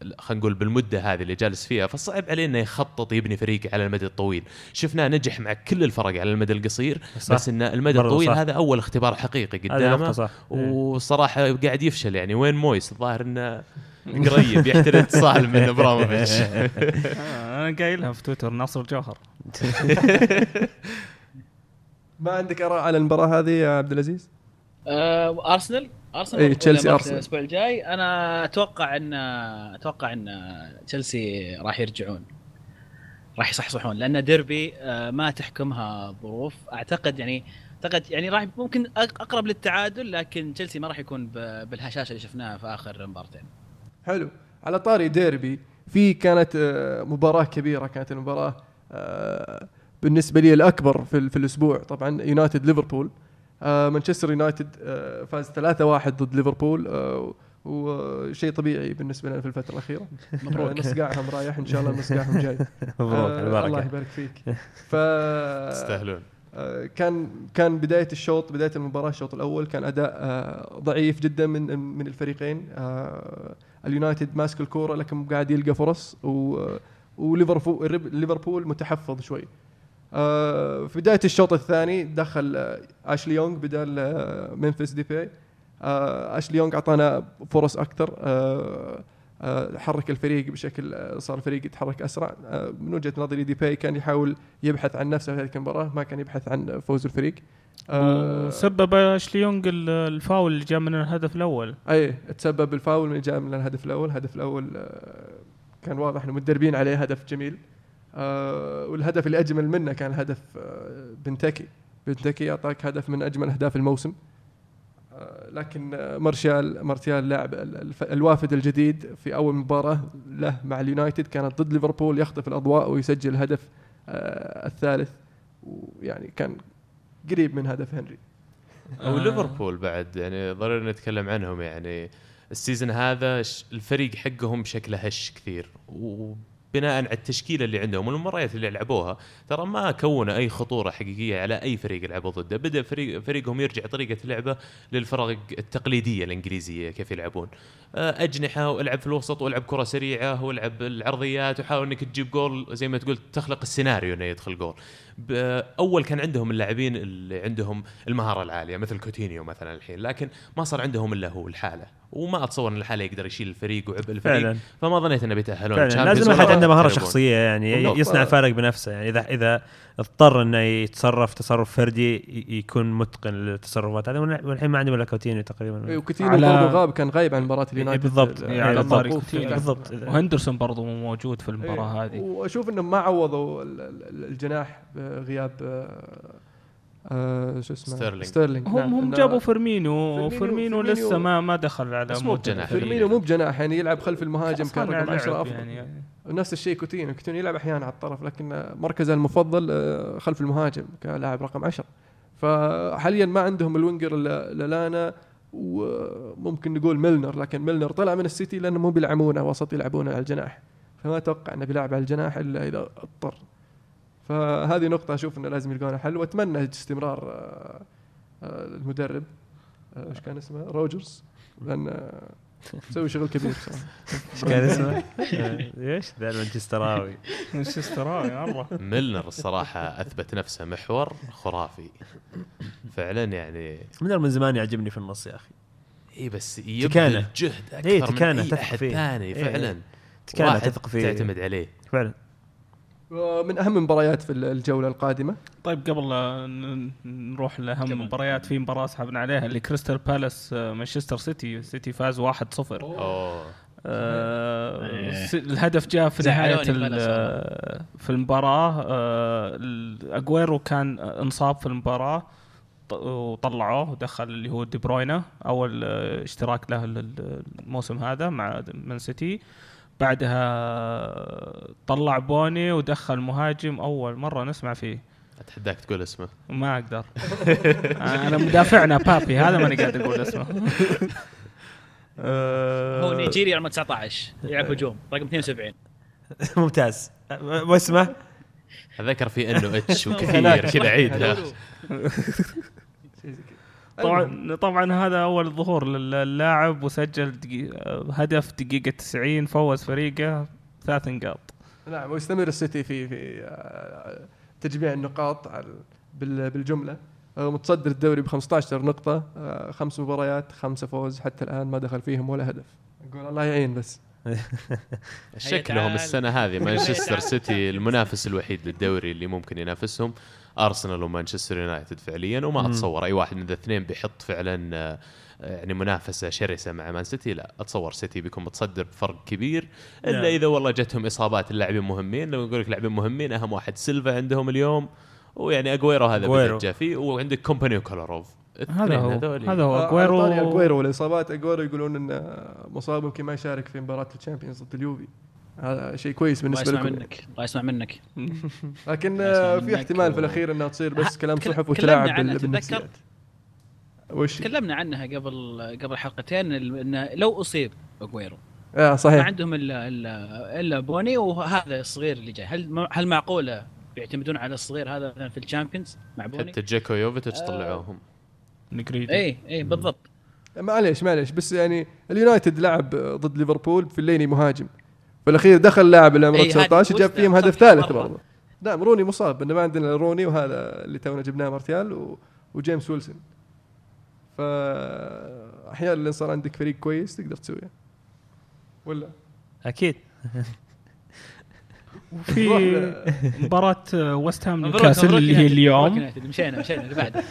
خلينا نقول بالمده هذه اللي جالس فيها، فصعب عليه انه يخطط يبني فريق على المدى الطويل. شفناه نجح مع كل الفرق على المدى القصير، صح. بس ان المدى الطويل صح. هذا اول اختبار حقيقي قدامه، وصراحه قاعد يفشل. يعني وين مويس؟ الظاهر انه قريب يحتاج اتصال من ابراموفيتش. انا قايلها في تويتر ناصر الجوهر. ما عندك اراء على المباراه هذه يا عبد العزيز؟ آه، ارسنال ارسنال اي تشيلسي ارسنال الاسبوع الجاي. انا اتوقع ان اتوقع ان تشيلسي راح يرجعون، راح يصحصحون، لان ديربي آه ما تحكمها ظروف. اعتقد يعني اعتقد يعني راح ممكن اقرب للتعادل، لكن تشيلسي ما راح يكون بالهشاشه اللي شفناها في اخر مباراتين. حلو. على طاري ديربي، في كانت مباراه كبيره، كانت المباراه بالنسبه لي الاكبر في, في الاسبوع طبعا، يونايتد ليفربول. مانشستر يونايتد فاز ثلاثة واحد ضد ليفربول، وشيء طبيعي بالنسبه لنا في الفتره الاخيره. مبروك. نص قاعهم رايح ان شاء الله، نص قاعهم جاي. مبروك. الله يبارك فيك. ف تستاهلون. كان كان بدايه الشوط بدايه المباراه الشوط الاول كان اداء ضعيف جدا من من الفريقين. اليونايتد ماسك الكوره لكن قاعد يلقى فرص، وليفربول ليفربول متحفظ شوي. في بدايه الشوط الثاني دخل اشلي يونغ بدل ممفيس ديباي. اشلي يونغ اعطانا فرص اكثر، حرك الفريق بشكل صار الفريق يتحرك اسرع. من وجهه نظري ديباي كان يحاول يبحث عن نفسه في هذه المباراه، ما كان يبحث عن فوز الفريق. سبب اشلي يونغ الفاول اللي جاء من الهدف الاول. اي تسبب الفاول اللي جاء من الهدف الاول. الهدف الاول كان واضح انه متدربين عليه، هدف جميل. والهدف اللي اجمل منه كان هدف بنتكي. بنتكي اعطاك هدف من اجمل اهداف الموسم. لكن مارشال مارتيال لاعب الوافد الجديد في أول مباراة له مع اليونايتد كانت ضد ليفربول يخطف الأضواء ويسجل الهدف الثالث، ويعني كان قريب من هدف هنري. أو ليفربول بعد يعني ضروري نتكلم عنهم. يعني السيزن هذا الفريق حقهم شكله هش كثير، و بناء على التشكيله اللي عندهم والمباريات اللي لعبوها ترى ما كونوا اي خطوره حقيقيه على اي فريق لعبوا ضده. بدا فريق فريقهم يرجع طريقه لعبه للفرق التقليديه الانجليزيه كيف يلعبون، اجنحه والعب في الوسط والعب كره سريعه والعب العرضيات وحاول انك تجيب جول زي ما تقول تخلق السيناريو انه يدخل جول. اول كان عندهم اللاعبين اللي عندهم المهاره العاليه مثل كوتينيو مثلا الحين، لكن ما صار عندهم الا هو الحاله، وما اتصور ان الحاله يقدر يشيل الفريق وعبء الفريق فعلا. فما ظنيت انه بيتاهلون. لازم واحد عنده مهاره شخصيه يعني يصنع الفارق بنفسه. يعني اذا اذا اضطر انه يتصرف تصرف فردي يكون متقن للتصرفات هذه، والحين ما عنده ولا كوتينيو تقريبا. وكوتينيو برضه غاب، كان غايب عن مباراه اليونايتد بالضبط. على طاري كوتينيو بالضبط. وهندرسون برضه مو موجود في المباراه هذه. واشوف انه ما عوضوا الجناح بغياب آه شو اسمه ستيرلينج, ستيرلينج. هم هم جابوا فيرمينو فيرمينو لسه ما ما دخل على مود جناح. فيرمينو مو بجناح يعني يلعب خلف المهاجم كان رقم عشرة أفضل يعني, يعني. نفس الشيء كوتينيو كوتينيو يلعب احيانا على الطرف، لكن مركزه المفضل خلف المهاجم كلاعب رقم عشرة. فحاليا ما عندهم الوينجر لانا، وممكن نقول ميلنر، لكن ميلنر طلع من السيتي لانه مو بيلعبونه وسط، يلعبونه على الجناح، فما اتوقع انه بيلعب على الجناح الا اذا اضطر. فهذه نقطة أشوف إنه لازم يلقون حل، وأتمنى استمرار المدرب إيش كان اسمه روجرز، لأن مسوي شغل كبير صراحة. إيش كان اسمه؟ إيش ذا المانشستراوي مانشستراوي مرة. ميلنر الصراحة أثبت نفسه محور خرافي فعلا. يعني من من زمان يعجبني في النص يا أخي. إيه بس يبذل جهد أكثر إيه من أي أحد ثاني فعلا. إيه تكانة تثق فيه، تعتمد عليه فعلا. من أهم المباريات في الجولة القادمة. طيب قبل نروح لأهم المباريات، في مباراة سحبنا عليها اللي كريستال بالاس مانشستر سيتي. سيتي فاز واحد صفر. أوه. آه الهدف جاء في نهاية في المباراة. آه أجويرو كان انصاب في المباراة وطلعوه ودخل اللي هو دي بروينا، أول اشتراك له الموسم هذا مع مان سيتي. بعدها طلع بوني ودخل مهاجم أول مرة نسمع فيه. أتحداك تقول اسمه. ما أقدر. أنا مدافعنا بابي هذا ماني قادر أقول اسمه. هو نيجيري عمره تسعة عشر يلعب هجوم رقم اثنين وسبعين. ممتاز. واسمه أذكر في إنه إتش وكثير كذا عيدها. طبعا طبعا هذا اول ظهور للاعب وسجل دقيقة هدف دقيقه تسعين، فوز فريقه ثلاث نقاط. نعم ويستمر السيتي في في تجميع النقاط بالجمله، متصدر الدوري ب خمسة عشر نقطه، خمس مباريات خمسه فوز، حتى الان ما دخل فيهم ولا هدف. نقول الله يعين. بس شكلهم السنة هذه مانشستر سيتي المنافس الوحيد للدوري اللي ممكن ينافسهم أرسنال ومانشستر يونايتد فعليا، وما أتصور أي واحد من الاثنين بيحط فعلا يعني منافسة شرسة مع مان سيتي. لا أتصور سيتي بيكون متصدر بفرق كبير إلا إذا والله جتهم إصابات اللاعبين مهمين. لو نقول لك لاعبين مهمين أهم واحد سيلفا عندهم اليوم، ويعني أغويرو هذا بدأ فيه، وعندك كومباني وكولوروف. هذا هو هذا هو أغويرو. أغويرو والإصابات أغويرو يقولون إنه مصاب ويمكن ما يشارك في مباراة الشامبيونز ضد اليوفي. هذا شيء كويس بالنسبة لكم. منك الله يسمع منك. لكن في احتمال في الأخير إنها تصير بس كلام صحف وتلاعب بالنفسيات. وش تكلمنا عنها قبل قبل حلقتين إنه لو أصيب أغويرو آه صحيح ما عندهم إلا إلا إلا بوني وهذا الصغير اللي جاي. هل هل معقولة يعتمدون على الصغير هذا في الشامبيونز مع بوني؟ حتى جاكو يوفيتش آه طلعوهم نقريدي. اي اي بالضبط. معليش معليش بس يعني اليونايتد لعب ضد ليفربول في الليني مهاجم، في الأخير دخل لاعب العمر تسعة عشر جاب فيهم هدف ثالث برضه. نعم روني مصاب، إنه ما عندنا روني وهذا اللي تونا جبناه مارتيال و... وجيمس ويلسون. فأحيانا اللي صار عندك فريق كويس تقدر تسويه ولا أكيد. وفي مباراة ويست هام نيوكاسل اللي هي اليوم. مشينا مشينا اللي بعد.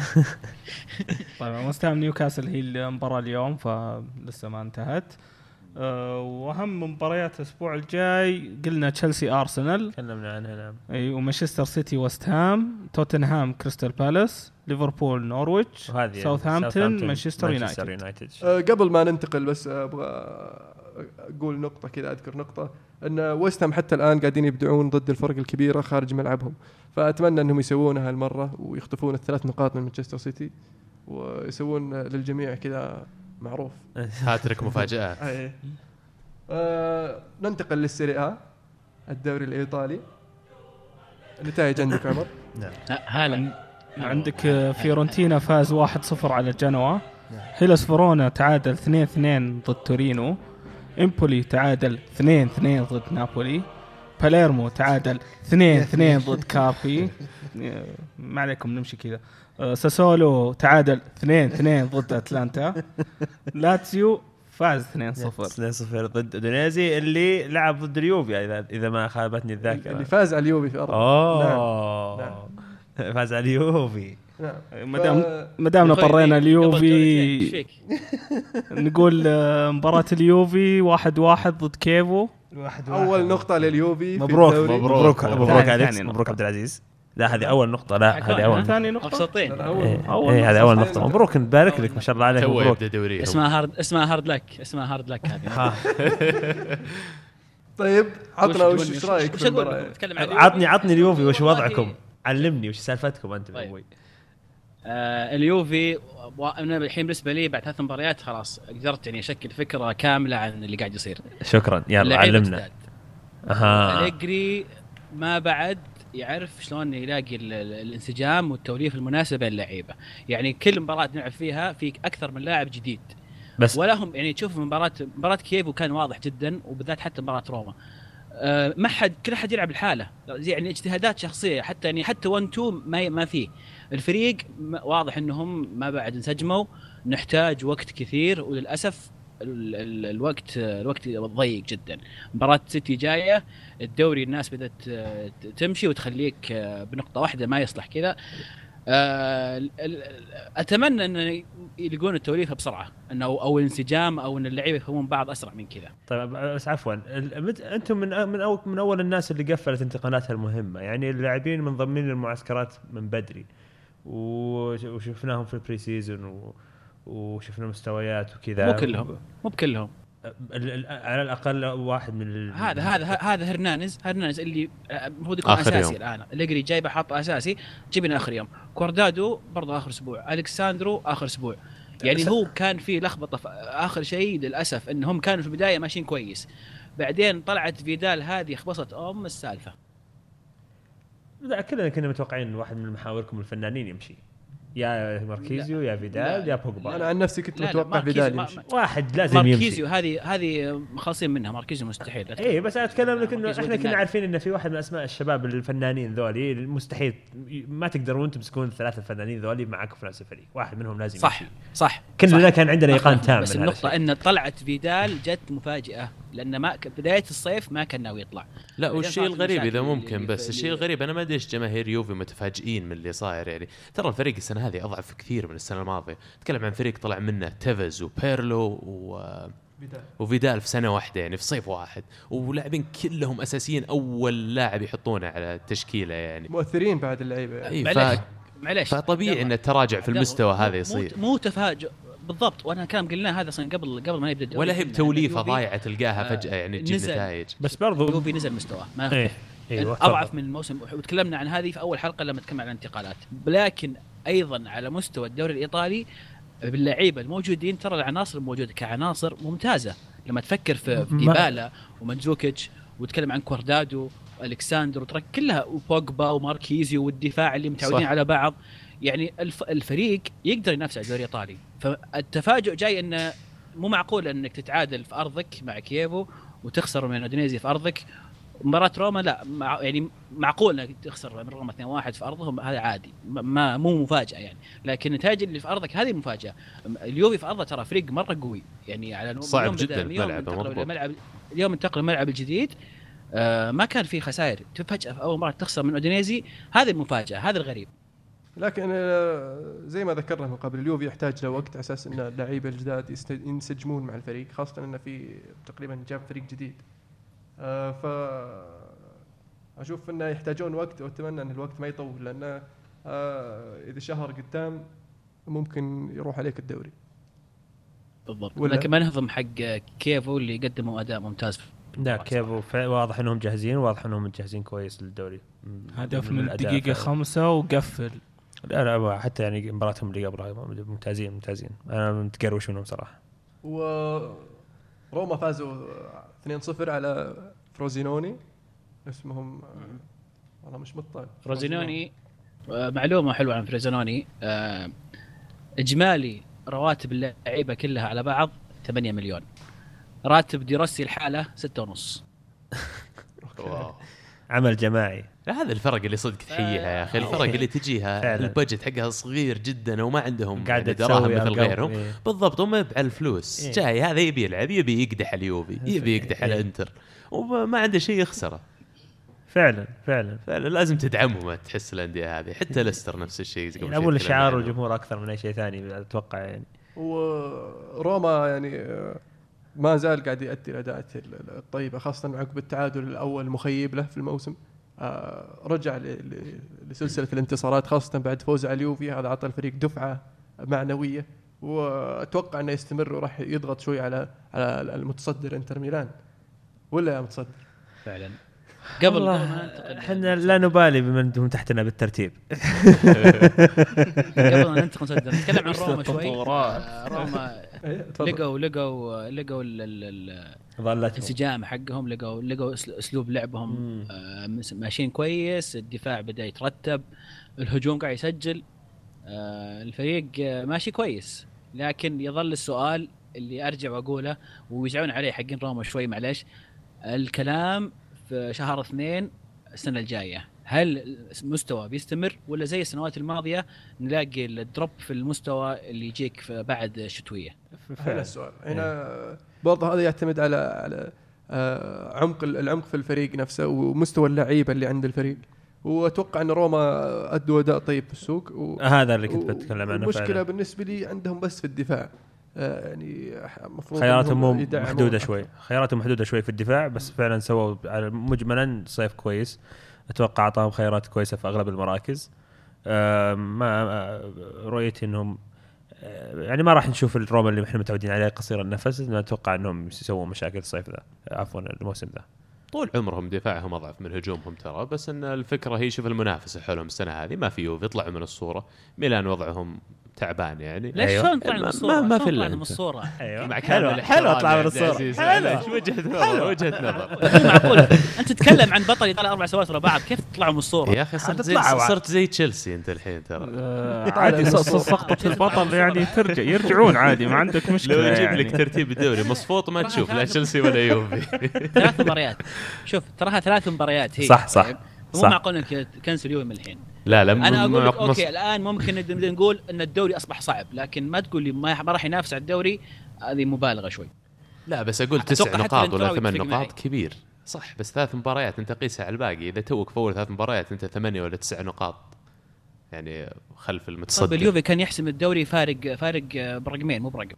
طيب ويست هام نيوكاسل هي المباراة اليوم فلسه ما انتهت. أه واهم مباريات الاسبوع الجاي قلنا تشيلسي ارسنال تكلمنا عنها. نعم. اي ومانشستر سيتي ويست هام، توتنهام كريستال بالاس، ليفربول نورويتش، ساوثهامبتون مانشستر يونايتد. أه قبل ما ننتقل بس ابغى اقول نقطه كذا، اذكر نقطه ان ويست هام حتى الان قاعدين يبدعون ضد الفرق الكبيره خارج ملعبهم، فاتمنى انهم يسوونها هالمره ويخطفون الثلاث نقاط من مانشستر سيتي ويسوون للجميع كذا معروف هاتريك مفاجاه. آه ننتقل للسيريا الدوري الايطالي. النتائج عندك عمر؟ نعم هلا عندك فيورنتينا فاز واحد صفر على جنوا، هيلاس فيرونا تعادل اثنين اثنين ضد تورينو، إمبولي تعادل اثنين اثنين ضد نابولي، باليرمو تعادل اثنين اثنين ضد كاربي. ما عليكم نمشي كذا. ساسولو تعادل اثنين اثنين ضد أتلانتا، لاتسيو فاز اثنين صفر اثنين صفر ضد أودينيزي اللي لعب ضد اليوفي إذا إذا ما خابتني الذاكرة، اللي فاز على اليوفي في أرض. أوه نعم. نعم. فاز على اليوفي. نعم. مدام مدامنا طرينا اليوفي نقول مباراة اليوفي واحد واحد ضد كيفو. أول نقطة لليوفي. مبروك مبروك مبروك عليك مبروك عبد العزيز. لا هذه أول نقطة. لا هذه أول ثاني نقطة. أبسطين. إيه هذه أول نقطة. مبروك نبارك لك ما شاء الله عليك. مبروك. اسمها هارد اسمها هارد لك اسمها هارد لك هذه. طيب عطنا وش إيش رأيك في المباراة؟ عطني عطني اليوفي وش وضعكم؟ علمني وش سالفتكم أنت أبوي. آه اليوفي أنا الحين بالنسبة لي بعد ثلاث مباريات خلاص قدرت يعني أشكل فكرة كاملة عن اللي قاعد يصير. شكرا يلا علمنا. أها. أليجري ما بعد يعرف شلون يلاقي الانسجام والتوليف المناسب بين اللعيبة. يعني كل مباراة نلعب فيها في أكثر من لاعب جديد. بس ولا هم يعني تشوف مباراة مباراة كييف كان واضح جدا وبالذات حتى مباراة روما. أه ما حد كل حد يلعب الحالة يعني اجتهادات شخصية حتى يعني حتى واحد اثنين ما ما فيه الفريق واضح انهم ما بعد انسجموا. نحتاج وقت كثير وللأسف ال ال الوقت الوقت ضيق جدا. مباراة سيتي جاية الدوري الناس بدأت تمشي وتخليك بنقطة واحدة ما يصلح كذا. أتمنى أن يلقون التوليفة بسرعة أنه أو الانسجام أو أن اللعيبة يفهمون بعض أسرع من كذا. طيب بس عفوا أنتم من من أول من أول الناس اللي قفلت انتقالاتها المهمة يعني اللاعبين منضمين للمعسكرات من بدري وشفناهم في البري سيزون وشفنا مستويات وكذا. مو كلهم مو بكلهم على الأقل واحد من هذا هذا هذا هرنانز هرنانز اللي المفروض يكون أساسي الآن. اللي جايبه حاطه أساسي جيبنا آخر يوم. كوردادو برضه آخر أسبوع. ألكساندرو آخر أسبوع. يعني هو كان في لخبطة في آخر شيء للأسف إنهم كانوا في البداية ماشيين كويس بعدين طلعت فيدال هذه خبصت أم السالفة. لا كلنا كنا متوقعين واحد من محاوركم الفنانين يمشي يا ماركيزيو يا فيدال يا بوجبا. انا عن نفسي كنت لا لا متوقع فيدال ماركيزيو- يمشي. ما- واحد لازم ماركيزيو يمشي. هذه هذه مخلصين منها. ماركيزيو مستحيل. لا ايه بس انا اتكلم لك انه ماركيزيو احنا كنا ودي عارفين انه في واحد من اسماء الشباب الفنانين ذولي مستحيل ما تقدرون انتم تمسكون الثلاثه الفنانين ذولي معاكم في نفس الفريق. واحد منهم لازم صح يمشي. صح كلنا صح. كان عندنا ايقان تام بس من هذا النقطة الشيء. ان طلعت فيدال جت مفاجأة لان ما ك- بداية الصيف ما كان ناوي يطلع. لا بعدين والشيء صارت الغريب المشاكل اذا اللي- ممكن اللي بس في- الشيء اللي- الغريب انا ما ادري ايش جماهير يوفي متفاجئين من اللي صاير. يعني ترى الفريق السنه هذه اضعف كثير من السنه الماضيه. تكلم عن فريق طلع منه تيفز وبيرلو و فيدال. وفيدال في سنه واحده يعني في صيف واحد ولاعبين كلهم اساسيين اول لاعب يحطونه على التشكيله يعني مؤثرين بعد اللعيبه. أي معليش ف... معليش فطبيعي عبد ان الله. التراجع في عبد الله، المستوى مو- هذا مو- يصير مو تفاجؤ بالضبط. وانا كلام قلناه هذا اصلا قبل قبل ما يبدا الدوري. ولا هي قلنا بتوليفه إن ضايعه تلقاها آه، فجاه يعني تجيب نزل. نتائج. بس برضو يوفي نزل مستواه ما ايه ايوه اضعف من الموسم. وتكلمنا عن هذه في اول حلقه لما تكلمنا عن الانتقالات. لكن ايضا على مستوى الدوري الايطالي باللعيبه الموجودين ترى العناصر الموجوده كعناصر ممتازه. لما تفكر في في ما- ديبالا ومنزوكيتش وتكلم عن كوردادو والكساندر وترك كلها وبوجبا وماركيزيو والدفاع اللي متعودين صح. على بعض. يعني الف الفريق يقدر ينافس على الدوري الايطالي. فالتفاجؤ جاي انه مو معقول انك تتعادل في ارضك مع كييفو وتخسر من اودينيزي في ارضك. مباراة روما لا مع يعني معقول انك تخسر من روما اثنين واحد في ارضهم هذا عادي ما مو مفاجأة يعني. لكن النتائج اللي في ارضك هذه مفاجأة. اليوفي في ارضه ترى فريق مرة قوي يعني على صعب اليوم جداً بدأ- في اليوم ملعبه، انتقلوا مضبوط. للملعب اليوم انتقلوا الملعب الجديد. آه ما كان في خسائر فجأة في اول مرة تخسر من اودينيزي. هذه المفاجأة هذا الغريب. لكن آه، زي ما ذكرنا من قبل اليوفي يحتاج له وقت على اساس ان اللعيبه الجداد يست- ينسجمون مع الفريق خاصه انه في تقريبا جاب فريق جديد. آه، ف اشوف انه يحتاجون وقت واتمنى ان الوقت ما يطول لانه آه، اذا شهر قدام ممكن يروح عليك الدوري. بالضبط. ولا- لكن ما نهضم حق كيفو اللي قدموا اداء ممتاز في لا كيفو ف- واضح انهم جاهزين واضح انهم متجهزين كويس للدوري. هدف من الأداء الدقيقة فعلاً. خمسة وقفل. لا لا حتى يعني مباراتهم اللي قبلها ممتازين ممتازين. انا متقروش منهم صراحه. وروما فازوا اثنين صفر على فروزينوني اسمهم آه، والله مش مطلع. فروزينوني. آه، معلومة حلوة عن فروزينوني. آه، إجمالي رواتب اللعيبة كلها على بعض ثمانية مليون. راتب دي روسي الحالة ستة ونص. واو. عمل جماعي. لا هذا الفرق اللي صدق تحييها يا اخي. الفرق اللي تجيها فعلاً. البجت حقها صغير جدا وما عندهم قاعدة يعني دراهم تسوي مثل أرقام. غيرهم. إيه. بالضبط هم على الفلوس. إيه. جاي هذا يبي يلعب يبي يقدح اليوفي يبي يقدح إيه. الانتر وما عنده شيء يخسره. فعلا فعلا. فعلا لازم تدعمهم تحس الانديه هذه. حتى ليستر نفس الشيء. يعني ابو الشعار والجمهور اكثر من اي شيء ثاني اتوقع يعني. وروما يعني آه، ما زال قاعد يؤدي الاداءات الطيبه خاصه عقب التعادل الاول المخيب له في الموسم. آه، رجع ل- ل- لسلسله الانتصارات خاصه بعد فوز على اليوفي. هذا عطى الفريق دفعه معنويه واتوقع انه يستمر وراح يضغط شوي على على المتصدر انتر ميلان. ولا يا متصدر فعلا. قبل قبل والله ما ننتقل احنا لا نبالي بمن انتم تحتنا بالترتيب. قبل ما ننتقل نصدر نتكلم عن روما شوي. التطورات. آه، روما إيه، تفضل. لقوا لقوا لقوا ال- ال- ال- ظلت الانسجام حقهم. لقوا لقوا أسل- اسلوب لعبهم مم. آه، مس- ماشيين كويس. الدفاع بدا يترتب. الهجوم قاعد يسجل. آه، الفريق آه، ماشي كويس. لكن يظل السؤال اللي ارجع واقوله ويزعون عليه حقين روما شوي معلش. الكلام في شهر اثنين السنه الجايه هل المستوى بيستمر ولا زي السنوات الماضيه نلاقي الدروب في المستوى اللي يجيك في بعد الشتويه؟ هنا السؤال هنا برضه هذا يعتمد على على آه، عمق العمق في الفريق نفسه ومستوى اللعيبه اللي عند الفريق. واتوقع ان روما ادوا اداء طيب في السوق و... هذا اللي كنت بتكلم عنه. المشكله فعلا. بالنسبه لي عندهم بس في الدفاع. آه، يعني المفروض خياراتهم إنهم مو يدعموا محدوده أكثر. شوي. خياراتهم محدوده شوي في الدفاع بس فعلا سووا على مجملا صيف كويس. اتوقع اعطاهم خيارات كويسه في اغلب المراكز. آم، ما آه، رؤيتي انهم آه، يعني ما راح نشوف الروما اللي احنا متعودين عليه قصير النفس. انا اتوقع انهم يسوون مشاكل الصيف ذا عفوا الموسم ذا. طول عمرهم دفاعهم اضعف من هجومهم ترى. بس ان الفكره هي شوف المنافسه حولهم السنه هذه ما في يوفي يطلعوا من الصوره. ميلان وضعهم تعبان يعني. ليش أيوه. شلون طلع من الصورة؟ ما, ما في طلع الا من الصورة. ايوه مع حلو كامل حلو احترامي طلع من يا الصورة عزيز. حلو شو وجهة نظر وجهة نظر معقول انت تتكلم عن بطل يطلع اربع سوالف ورا بعض كيف تطلعوا من الصورة؟ يا اخي صرت زي هتطلعوا. صرت زي تشيلسي انت الحين ترى. آه، عادي ص- ص- سقطة البطل يعني ترجع يرجعون عادي ما عندك مشكلة. لو يجيب يعني. لك ترتيب الدوري مصفوط ما تشوف لا تشيلسي ولا يوفي. ثلاث مباريات شوف تراها ثلاث مباريات هي صح صح طيب. مو صح. معقول انك تكنسل يوم من الحين. لا لا انا م- اقول لك مص- اوكي الان ممكن نقدر نقول ان الدوري اصبح صعب لكن ما تقول لي ما ما راح ينافس على الدوري هذه مبالغه شوي. لا بس اقول تسع أتوقع حتى نقاط ولا الانتراوي ثمان يتفق نقاط معي. كبير صح بس ثلاث مباريات انت قيسها على الباقي اذا توك فور ثلاث مباريات انت ثمانية ولا تسع نقاط يعني خلف طب المتصدر. اليوفي كان يحسم الدوري فارق فارق برقمين مو برقم.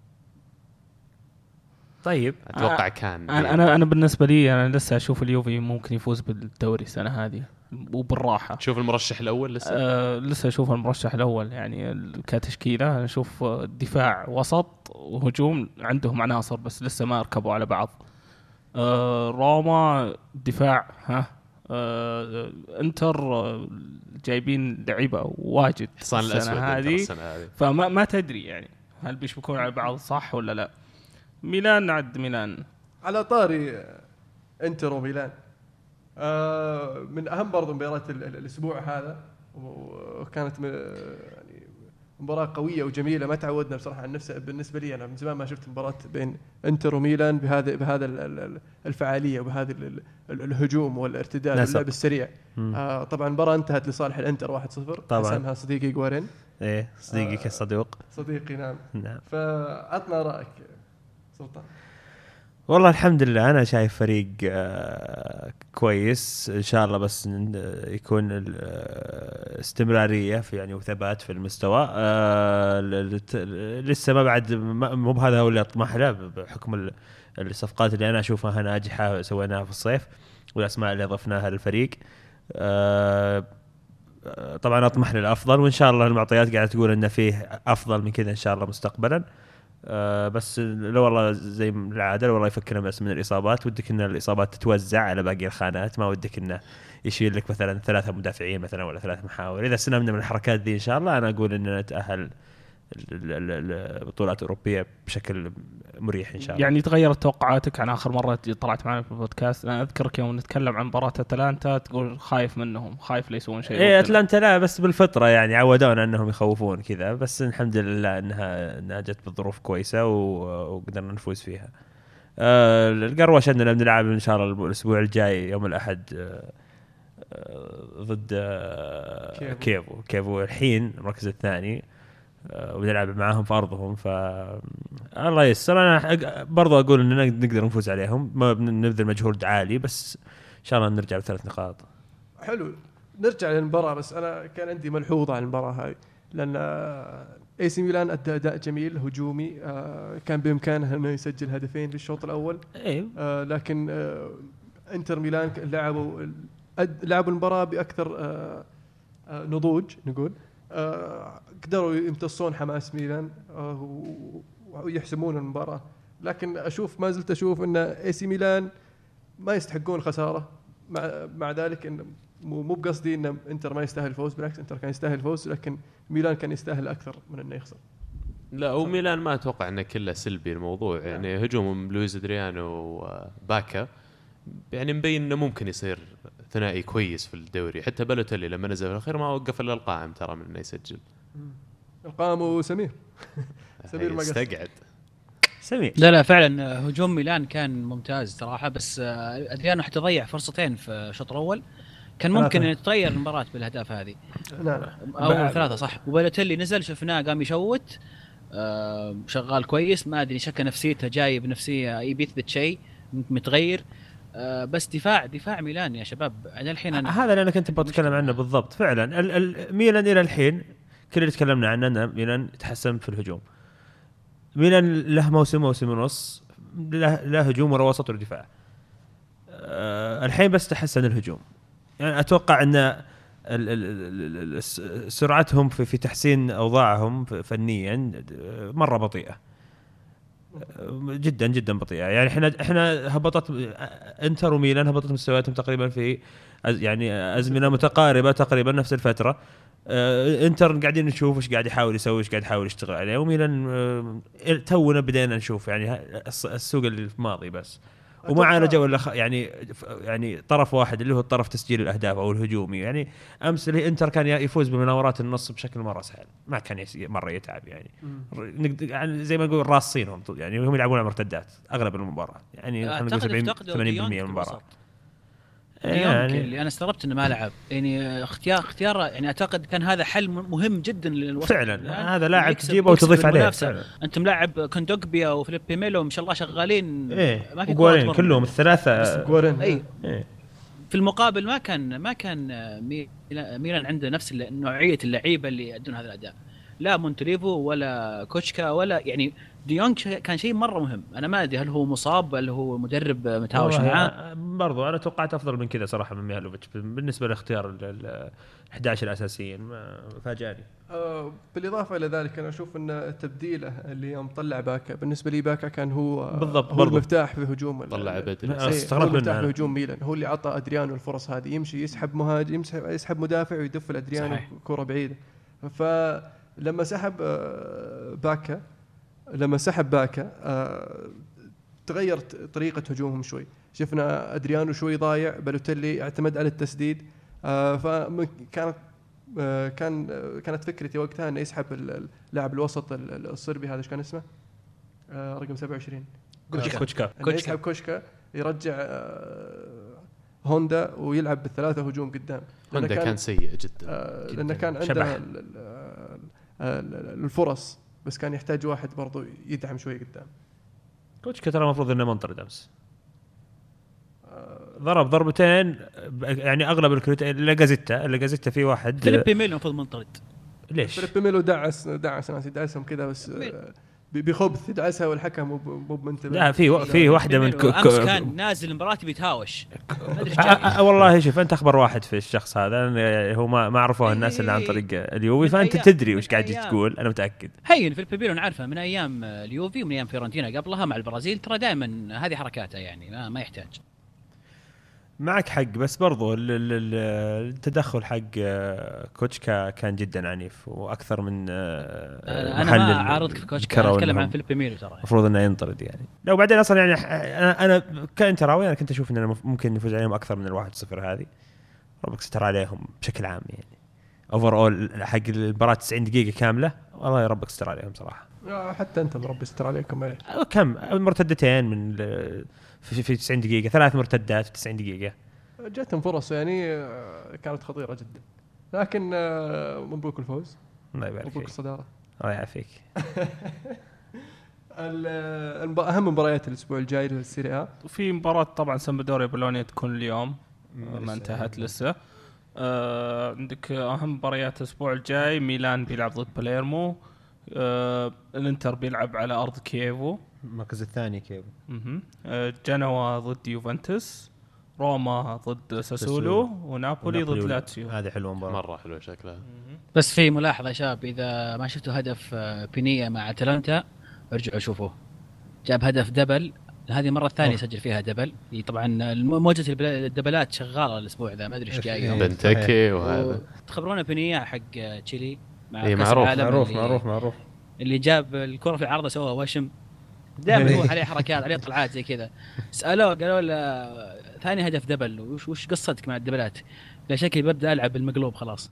طيب اتوقع كان انا انا انا بالنسبه لي انا لسه اشوف اليوفي ممكن يفوز بالدوري السنه هذه وبالراحه. تشوف المرشح الاول لسه أه لسه اشوف المرشح الاول يعني ال- كتشكيله انا اشوف دفاع وسط وهجوم عندهم عناصر بس لسه ما ركبوا على بعض. أه روما دفاع ها أه انتر آه، جايبين لعيبه واجد حصان الاسود السنه أنت هذه السنه هذه. فما ما تدري يعني هل بيشبكون على بعض صح ولا لا. ميلان عد ميلان على طاري انتر وميلان آه من اهم برضو مباريات ال- ال- الاسبوع هذا وكانت م- يعني مباراه قويه وجميله ما تعودنا بصراحه عن نفسها بالنسبه لي انا من زمان ما شفت مباراه بين انتر وميلان بهذا بهذا ال- ال- الفعاليه وبهذا ال- ال- الهجوم والارتداد نسب. واللعب السريع. آه طبعا المباراه انتهت لصالح الانتر واحد صفر طبعاً. حسمها صديقي جوارين ايه صديقي آه. كصدوق صديقي نعم. نعم. فعطنا رايك سلطان. والله الحمد لله أنا شايف فريق آه كويس إن شاء الله بس ن- يكون الاستمرارية في يعني وثبات في المستوى آه ل- لت- لسه ما بعد ما- مو بهذا هو اللي أطمح له بحكم ال- الصفقات اللي أنا أشوفها ناجحة سويناها في الصيف والأسماء اللي أضفناها للفريق. آه طبعا أطمح للأفضل وإن شاء الله المعطيات قاعدة تقول إن فيه أفضل من كذا إن شاء الله مستقبلا. آه بس لو والله زي العاده لو والله يفكرنا بس من الاصابات ودك ان الاصابات تتوزع على باقي الخانات ما ودك انه يشيل لك مثلا ثلاثه مدافعين مثلا ولا ثلاث محاور. اذا سلمنا من الحركات ذي ان شاء الله انا اقول اننا نتاهل البطولات الاوروبيه بشكل مريح ان شاء الله. يعني تغيرت توقعاتك عن اخر مره طلعت معنا في البودكاست. انا اذكرك يوم نتكلم عن مباراه اتلانتا تقول خايف منهم خايف لا يسوون شيء. ايه اتلانتا لا بس بالفطره يعني عودونا انهم يخوفون كذا بس الحمد لله انها انها جت بالظروف كويسه و- وقدرنا نفوز فيها. آه القروشه اننا بنلعب ان شاء الله الاسبوع الجاي يوم الاحد آه آه ضد آه كيفو. كيفو كيفو الحين المركز الثاني آه وبنلعب معاهم في ارضهم ف الله ييسر. انا أق- برضو اقول اننا نقدر نفوز عليهم ما بنبذل مجهود عالي بس ان شاء الله نرجع بثلاث نقاط. حلو نرجع للمباراة بس أنا كان عندي ملحوظة عن المباراة هاي لأن اي سي ميلان أدى أداء جميل هجومي آه كان بإمكانه أنه يسجل هدفين في الشوط الأول ايه آه لكن آه انتر ميلان لعبوا أد- لعبوا المباراة بأكثر آه آه نضوج نقول آه قدروا يمتصون حماس ميلان آه و- ويحسمون المباراة. لكن أشوف ما زلت أشوف أن اي سي ميلان ما يستحقون الخسارة مع مع ذلك إن مو مو بقصدي ان انتر ما يستاهل الفوز بالعكس انتر كان يستاهل الفوز لكن ميلان كان يستاهل اكثر من انه يخسر. لا وميلان ما اتوقع انه كله سلبي الموضوع يعني هجوم لويز ادريانو وباكا يعني مبين انه ممكن يصير ثنائي كويس في الدوري. حتى بالوتيلي لما نزل في الاخير ما وقف الا القائم ترى من انه يسجل. القائم وسمير سمير ما قصر. استقعد سمير. لا لا فعلا هجوم ميلان كان ممتاز صراحه بس آه، ادريانو حتى ضيع فرصتين في الشوط الاول كان ممكن ثلاثة. ان تتغير المباراه بالاهداف هذه نعم او ثلاثه صح. وبالوتيلي نزل شفناه قام يشوت آه، شغال كويس ما ادري شكل نفسيته جاي بنفسيه يبي يثبت شيء متغير آه، بس دفاع دفاع ميلان يا شباب انا الحين أنا هذا اللي انا كنت بتكلم عنه بالضبط فعلا. ال- ال- ميلان الى الحين كل اللي تكلمنا عنه ان ميلان تحسن في الهجوم. ميلان له موسم موسم ونص له, له هجوم ولا وسط ولا دفاع. أه الحين بس تحسن الهجوم يعني اتوقع ان ال- ال- ال- ال- سرعتهم في, في تحسين اوضاعهم فنيا مره بطيئه جدا جدا بطيئه. يعني احنا احنا هبطت انتر وميلان هبطت مستوياتهم تقريبا في يعني ازمنه متقاربه تقريبا نفس الفتره آه انتر قاعدين نشوف ايش قاعد يحاول يسوي ايش قاعد يحاول يشتغل عليه وميلان آه تونا بدينا نشوف يعني السوق الماضي بس ومعنا جو ولا يعني يعني طرف واحد اللي هو الطرف تسجيل الاهداف او الهجومي يعني امس اللي انتر كان يفوز بمناورات النص بشكل مره سهل ما كان مره يتعب يعني يعني زي ما نقول راصينهم يعني هم يلعبون على مرتدات اغلب المباراه يعني خلينا نقول سبعين ثمانين بالمئة من المباراه يعني اللي انا استغربت انه ما لعب يعني اختيار اختيار يعني اعتقد كان هذا حل مهم جدا للوسط فعلا يعني هذا لاعب تجيبه وتضيف عليه انت ملاعب كوندوجبيا وفيليبي ميلو ما شاء الله شغالين إيه ما في جوارين كلهم الثلاثه جوارين اي إيه. في المقابل ما كان ما كان ميلان عنده نفس نوعيه اللعيبه اللي يؤدون هذا الاداء لا مونتليفو ولا كوتشكا ولا يعني ديونج كان شيء مره مهم انا ما ادري هل هو مصاب هل هو مدرب متهاوش معاه برضو انا توقعت افضل من كذا صراحه من ميهالوفيتش بالنسبه لاختيار ال أحد عشر الاساسيين ما فاجأني. أه بالاضافه الى ذلك انا اشوف ان تبديله اللي يوم طلع باكا بالنسبه لي باكا كان هو بالضبط هو المفتاح في هجوم طلع بدري هو المفتاح في هجوم ميلان هو اللي عطى ادريانو الفرص هذه يمشي يسحب مهاجم يسحب يسحب مدافع ويدف الادريانو كره بعيده فلما سحب باكا لما سحب باكا آه، تغيرت طريقة هجومهم شوي شفنا أدريانو شوي ضايع بالوتيلي اعتمد على التسديد آه، فكانت آه، كان كانت فكرتي وقتها أنه يسحب اللاعب الوسط الصربي هذا إيش كان اسمه آه، رقم سبعة وعشرين كوشكا كوشكا يسحب كوشكا يرجع آه، هوندا ويلعب بالثلاثة هجوم قدام هوندا كان, كان سيء جدا آه، لأنه كان عنده الفرص بس كان يحتاج واحد برضو يدعم شوي قدام كوتشكا ترى المفروض انه منطرد امس ضرب ضربتين يعني اغلب الكريت لاجازيتا لاجازيتا في واحد فيليبي ميلو المفروض منطرد ليش فيليبي ميلو دعس دعس ناس يدعسهم كذا بس بخبث يدعسها والحكم مو منتبه لا في في واحده من ك... امس كان نازل المباراه بيتهاوش والله شوف انت اخبر واحد في الشخص هذا هو ما ما عرفوه الناس اللي عن طريق اليوفي فانت تدري وش قاعد تقول انا متاكد هين في البيبيلو نعرفه من ايام اليوفي ومن ايام فيورنتينا قبلها مع البرازيل ترى دائما هذه حركاته يعني ما, ما يحتاج معك حق بس برضو التدخل حق كوتشكا كان جدا عنيف واكثر من انا ما عارضك في كوتشكا اتكلم عن فيليبي ميلو ترى المفروض انه ينطرد يعني لو بعدين اصلا يعني انا انا كانتراوي انا كنت اشوف اننا ممكن نفوز عليهم اكثر من الواحد صفر هذه ربك ستر عليهم بشكل عام يعني اوفر اول حق المباراه تسعين دقيقه كامله والله يا ربك ستر عليهم صراحه حتى انت ربي ستر عليكم كم مرتدتين من في في تسعين دقيقة ثلاث مرتدات في تسعين دقيقة جاتهم فرص يعني كانت خطيرة جدا لكن مبروك الفوز الله يبارك فيك مبروك الصدارة الله يعافيك أهم مباريات الأسبوع الجاي للسيريا في مباراة طبعا سامبدوريا بولونيا تكون اليوم ما انتهت لسه آه عندك أهم مباريات الأسبوع الجاي ميلان بيلعب ضد باليرمو آه الانتر بيلعب على أرض كييفو المركز الثاني كييفو آه جنوا ضد يوفنتوس روما ضد ساسولو ونابولي ضد لاتسيو هذه حلوة مباراة مرة حلوة شكلها بس في ملاحظة يا شباب إذا ما شفتوا هدف بينية مع أتلانتا ارجعوا شوفوه جاب هدف دبل هذه مرة الثانية سجل فيها دبل طبعا موجة الدبلات شغالة الأسبوع ذا ما أدري إيش جاي بنتكي وهذا تخبرونا بينية حق تشيلي مع إيه معروف معروف معروف معروف اللي جاب الكرة في العارضة سوى وشم دائما يروح عليه حركات عليه طلعات زي كذا سألوه قالوا له ثاني هدف دبل وش وش قصتك مع الدبلات لا شكلي ببدأ ألعب بالمقلوب خلاص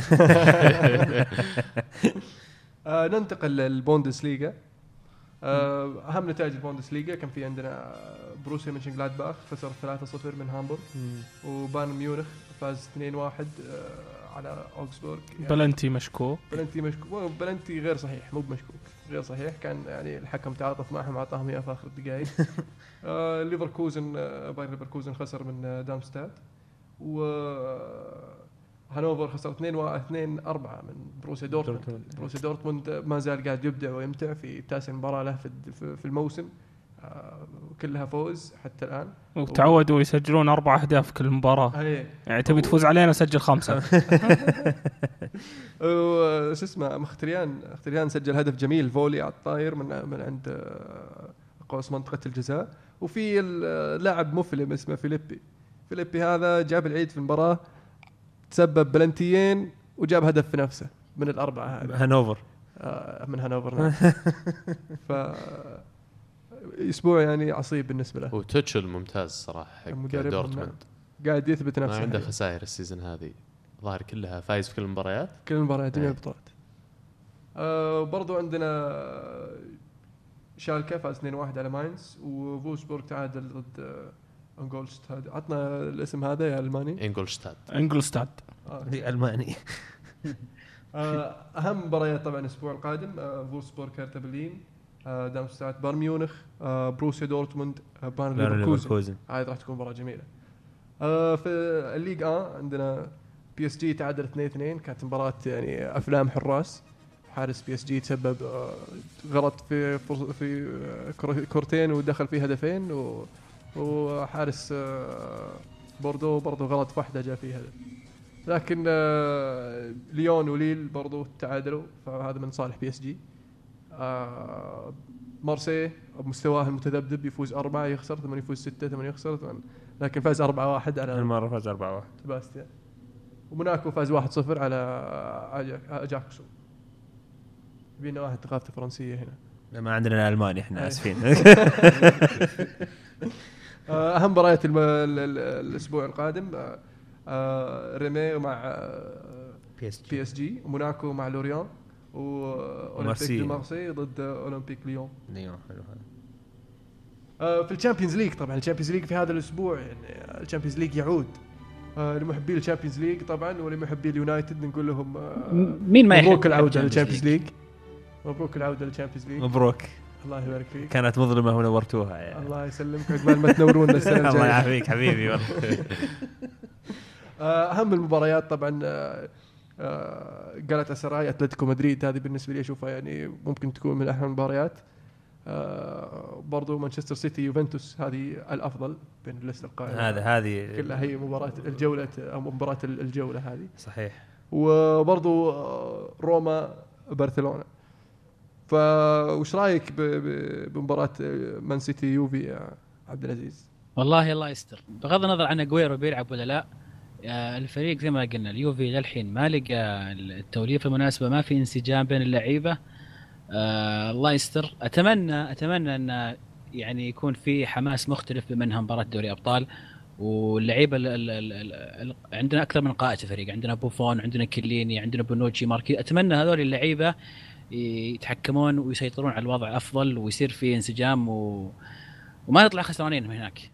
آه ننتقل للبوندسليغا آه أهم نتائج البوندسليغا كان في عندنا بروسيا مönchengladbach خسر ثلاثة صفر من هامبورغ وبايرن ميونخ فاز اثنين واحد آه على أوغسبورغ يعني بلنتي مشكوك بلنتي مشكوك بلنتي غير صحيح مو بمشكوك غير صحيح كان يعني الحكم تعاطف معهم أعطاهم إياه في آخر الدقائق آه ليفركوزن آه بايرن ليفركوزن خسر من دامستاد و هانوفر خسر اثنين واثنين أربعة من بروسيا دورتموند بروسيا دورتموند ما زال قاعد يبدع ويمتع في تاسع مباراة له في الموسم كلها فوز حتى الآن وتعودوا يسجلون أربع أهداف كل مباراة يعني تبي تفوز علينا سجل خمسة وش اسمه مختريان مختريان سجل هدف جميل فولي على الطاير من من عند قوس منطقة الجزاء وفي اللاعب مفلم اسمه فيليبي فيليبي هذا جاب العيد في المباراة تسبب بلنتيين وجاب هدف في نفسه من الأربعة هذه هانوفر آه من هانوفر نعم. ف أسبوع يعني عصيب بالنسبة له. وتوتشل ممتاز صراحة حق دورتموند قاعد يثبت نفسه. ما عنده خسائر السيزون هذه ظاهر كلها فايز في كل المباريات كل المباريات جميع البطولات. آه برضو عندنا شالكة فاز اثنين واحد على ماينز وفولسبورغ تعادل ضد انغولشتاد. عطنا الاسم هذا يا الماني. انغولشتاد انغولشتاد آه. هي الماني. آه اهم مباريات طبعا الاسبوع القادم آه فولسبورغ هيرتا برلين آه دارمستاد بايرن ميونخ آه بروسيا دورتموند آه بايرن ليفركوزن. هذه راح تكون مباراة جميلة. آه في الليج آه عندنا بي اس جي تعادل اثنين اثنين. كانت مباراة يعني افلام حراس. حارس بي اس جي تسبب آه غلط في في آه كورتين ودخل فيه هدفين و وحارس آه بوردو برضو غلط في واحدة جاء فيه هدف. لكن آه ليون وليل برضو تعادلوا فهذا من صالح بي اس جي. آه مارسي بمستواه المتذبذب يفوز أربعة يخسر ثمانية يفوز ستة ثمانية يخسر ثمانية لكن فاز أربعة واحد على المرة فاز أربعة واحد سباستيان. وموناكو فاز واحد صفر على أجاكسو. بينا واحد ثقافة فرنسية هنا. ما عندنا الألماني إحنا آسفين. أهم مباريات الأسبوع القادم ريمي مع بي اس جي وموناكو مع لوريان وأولمبيك دي مارسي ضد أولمبيك ليون. ليون حلو هذا. في الشامبيونز ليج طبعا الشامبيونز ليج في هذا الأسبوع يعني الشامبيونز ليج يعود. لمحبي الشامبيونز ليج طبعا ولمحبي اليونايتد نقول لهم مين ما مبروك العودة للشامبيونز ليج. مبروك العودة للشامبيونز ليج. مبروك. الله يبارك فيك. كانت مظلمة ونورتوها يعني. الله يسلمك عقبال ما تنورون السنة الجاية. الله يعافيك حبيبي والله. أهم المباريات طبعا قالت أسراي أتلتيكو مدريد. هذه بالنسبة لي أشوفها يعني ممكن تكون من أهم المباريات. برضو مانشستر سيتي يوفنتوس هذه الأفضل بين الليستة القائمة. هذا هذه كلها هي مباراة الجولة أو مباراة الجولة هذه. صحيح. وبرضو روما برشلونة. فوش رايك بمباراة مان سيتي يوفي يا عبد العزيز؟ والله الله يستر بغض النظر عن أجويرو بيلعب ولا لا. الفريق زي ما قلنا اليوفي للحين ما لقى التوليفة المناسبة ما في انسجام بين اللعيبة. آه الله يستر. أتمنى أتمنى أن يعني يكون في حماس مختلف بمنها مباراة دوري أبطال واللعيبة عندنا أكثر من قائد الفريق. عندنا بوفون عندنا كيليني عندنا بونوتشي ماركي. أتمنى هذول اللعيبة يتحكمون ويسيطرون على الوضع أفضل ويصير في انسجام و... وما نطلع خسرانين من هناك.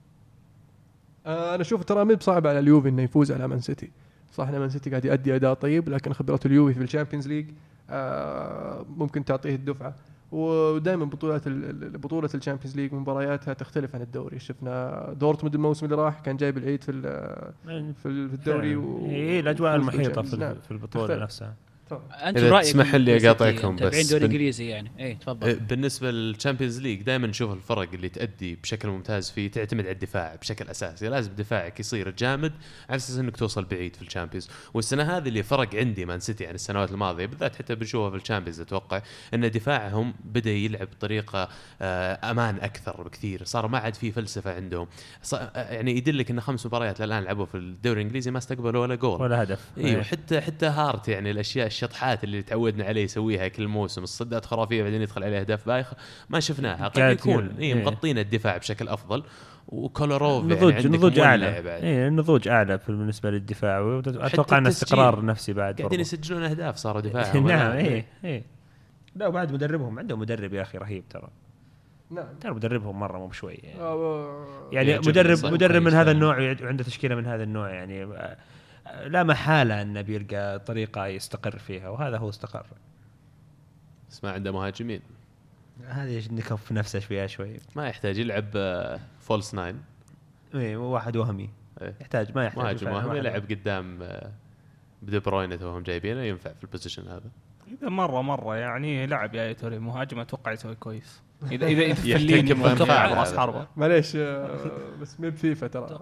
آه أنا أشوف ترى مب صعب على اليوفي إنه يفوز على مان سيتي. صح إن مان سيتي قاعد يؤدي أداء طيب لكن خبرة اليوفي في الشامبيونز ليج آه ممكن تعطيه الدفعة. ودائما بطولات بطولة الشامبيونز ليج مبارياتها تختلف عن الدوري. شفنا دورتموند الموسم اللي راح كان جايب العيد في في الدوري هي الأجواء المحيطة في في البطولة نفسها. إذا تسمح لي أقاطعكم بس دوري إنجليزي يعني إيه تفضل. بالنسبة للشامبيونز ليج دائما نشوف الفرق اللي تأدي بشكل ممتاز فيه تعتمد على الدفاع بشكل أساسي. لازم دفاعك يصير جامد على أساس إنك توصل بعيد في الشامبيونز. والسنة هذه اللي فرق عندي مان سيتي عن السنوات الماضية بالذات حتى بنشوفها في الشامبيونز أتوقع إن دفاعهم بدأ يلعب بطريقة أمان أكثر بكثير. صار ما عاد فيه فلسفة عندهم. يعني يدلك إن خمس مباريات الآن لعبوا في الدوري الإنجليزي ما استقبلوا ولا جول ولا هدف. إيه حتى حتى هارت يعني الأشياء الشطحات اللي تعودنا عليه يسويها كل موسم الصدات خرافية بعدين يدخل عليه أهداف بايخة ما شفناها. قد يكون إيه مغطين الدفاع بشكل أفضل وكولوروف نضوج يعني نضوج أعلى. إيه النضوج أعلى بالنسبة للدفاع وأتوقع أن استقرار نفسي بعد قاعدين يسجلون أهداف صاروا دفاع. نعم إيه إيه لا وبعد مدربهم عنده مدرب يا أخي رهيب ترى. نعم ترى مدربهم مرة مو بشوي يعني, آه يعني مدرب مدرب من هذا النوع وعنده تشكيلة من هذا النوع يعني لا محالة أنه بيلقى طريقة يستقر فيها وهذا هو استقر. بس ما عنده مهاجمين. هذه نكف نفسه شوية شوي. ما يحتاج يلعب فولس ناين. إيه واحد وهمي. إيه. يحتاج ما يحتاج مهاجم وهمي يلعب قدام بدي بروين توهم جايبينه ينفع في البوزيشن هذا. إذا مرة مرة يعني لعب يا توري مهاجم أتوقع يسوي كويس. إذا إذا يتفلين يتوقع راس حربة. معليش بس مي بفيفا ترى.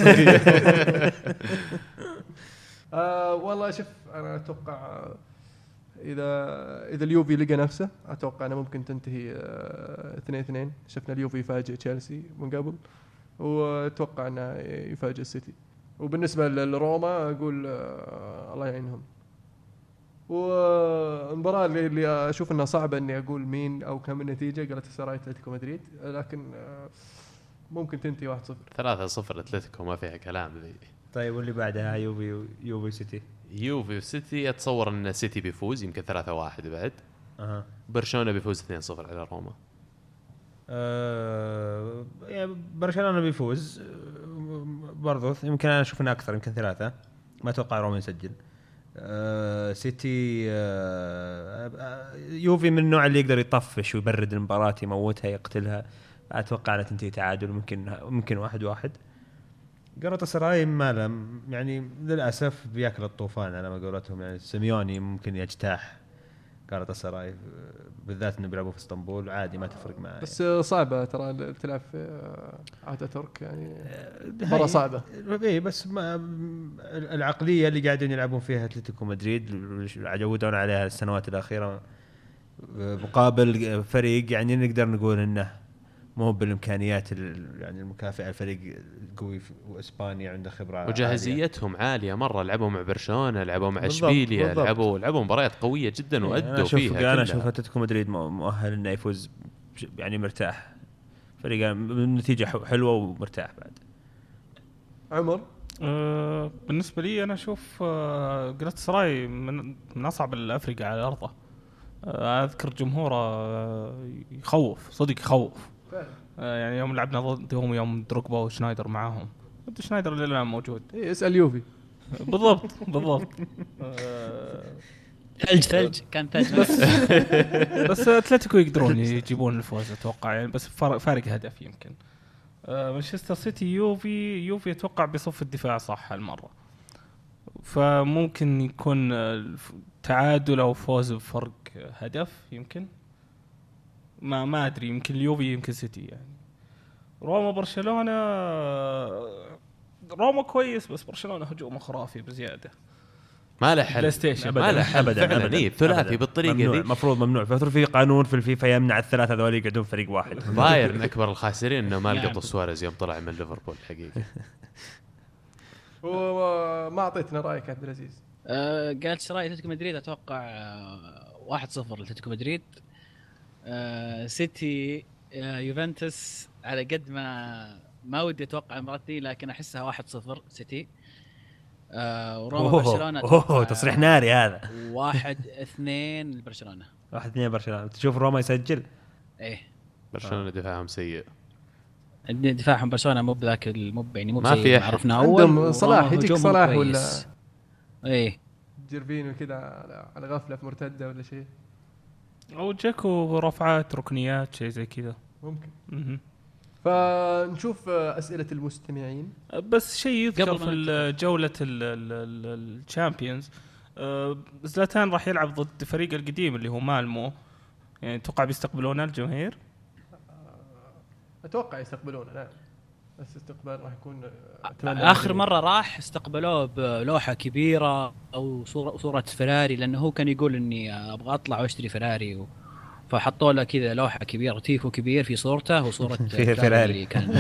آه والله شوف أنا أتوقع إذا إذا اليوفي لقى نفسه أتوقع أنه ممكن تنتهي آه اثنين اثنين. شفنا اليوفي يفاجئ تشيلسي من قبل وأتوقع أنه يفاجئ السيتي. وبالنسبة للروما أقول آه الله يعينهم والمباراة اللي, اللي أشوف أنها صعبة أني أقول مين أو كم النتيجة جالاتاسراي أتلتيكو مدريد، لكن ممكن تنتهي واحد صفر. ثلاثة صفر أتلتيكو ما فيها كلام ذي. طيب واللي بعدها يوفي يوفي سيتي. يوفي وسيتي أتصور أن سيتي بيفوز يمكن ثلاثة واحد بعد. أها. برشلونة بيفوز اثنين صفر على روما. أه يعني برشلونة بيفوز برضو، يمكن أنا أشوف إنه أكثر، يمكن ثلاثة. ما أتوقع روما يسجل. أه سيتي أه يوفي من النوع اللي يقدر يطفش ويبرد المباراة، يموتها يقتلها. أتوقع أن تنتهي تعادل، ممكن ممكن واحد واحد. جالاتاسراي ما لم يعني للأسف بياكل الطوفان على ما قولتهم، يعني سيميوني ممكن يجتاح جالاتاسراي بالذات انه بيلعبوا في اسطنبول، عادي ما تفرق معاه. بس صعبه ترى تلعب في عادة ترك، يعني مره صعبه. اي بس ما العقليه اللي قاعدين يلعبون فيها اتلتيكو مدريد عودونا عليها السنوات الاخيره، مقابل فريق يعني نقدر نقول انه مو بالامكانيات يعني المكافئه، الفريق قوي واسبانيا عنده خبره وجاهزيتهم عاليه, عالية مره. لعبوا مع برشلونه، لعبوا مع اشبيليا، لعبوا لعبوا مباريات قويه جدا وادوا فيها. انا اشوف اتلتيكو مدريد مؤهل انه يفوز يعني مرتاح، فريق النتيجه حلوه ومرتاح بعد. عمر أه بالنسبه لي انا اشوف أه جالاتاسراي من من اصعب الافريقيا على ارضه. أه اذكر جمهوره أه يخوف صدق يخوف. أه يعني يوم لعبنا ضدهم يوم دروغبا وشنايدر معاهم، ضد شنايدر اللي الان موجود. إيه اسال يوفي. بالضبط بالضبط. ثلج ثلج كان ثلج بس بس اتلتيكو يقدرون يجيبون الفوز اتوقع يعني، بس فارق هدف يمكن. مانشستر سيتي يوفي يوفي اتوقع بصف الدفاع صح هالمره، فممكن يكون تعادل او فوز بفرق هدف يمكن. ما ما ادري، يمكن اليوفي يمكن سيتي يعني. روما برشلونه، روما كويس بس برشلونه هجومه خرافي بزياده. ما له حل، بلاي ستيشن ما له حل فعلا. اي ثلاثي بالطريقه دي المفروض ممنوع. فتر في قانون في الفيفا يمنع الثلاثه هذول يقعدون فريق واحد. بايرن اكبر الخاسرين انه ما لقط سواريز يوم طلع من ليفربول حقيقه. وما اعطيتنا رايك عبد العزيز. أه قالت رايي اتلتيكو مدريد اتوقع أه واحد صفر لاتلتيكو مدريد. أه سيتي أه يوفنتوس على قد ما ما ودي اتوقع المباراه دي، لكن احسها واحد صفر سيتي. آه وروما برشلونة. اوه تصريح ناري هذا. واحد اثنين لبرشلونة. واحد اثنين برشلونة. تشوف روما يسجل؟ ايه برشلونة دفاعهم سيء. دفاعهم برشلونة مو بذاك مو يعني مو ما في عرفنا اول. صلاح يجيك صلاح ولا ايه جيرفينو كذا على غفلة في مرتدة ولا شيء، او جاكو رفعات ركنيات شيء زي كذا ممكن. م- فنشوف أسئلة المستمعين. بس شيء يذكر في جولة الشامبيونز، زلاتان راح يلعب ضد فريق القديم اللي هو مالمو، يعني توقع بيستقبلونه الجماهير؟ أتوقع يستقبلونه، لا بس استقبال راح يكون آخر مرة راح استقبلوه بلوحة كبيرة أو صورة صورة فيراري، لأنه هو كان يقول إني أبغى أطلع وأشتري فيراري و... فحطوا له كذا لوحة كبيرة تيفو كبير في صورته وصورة فيراري كان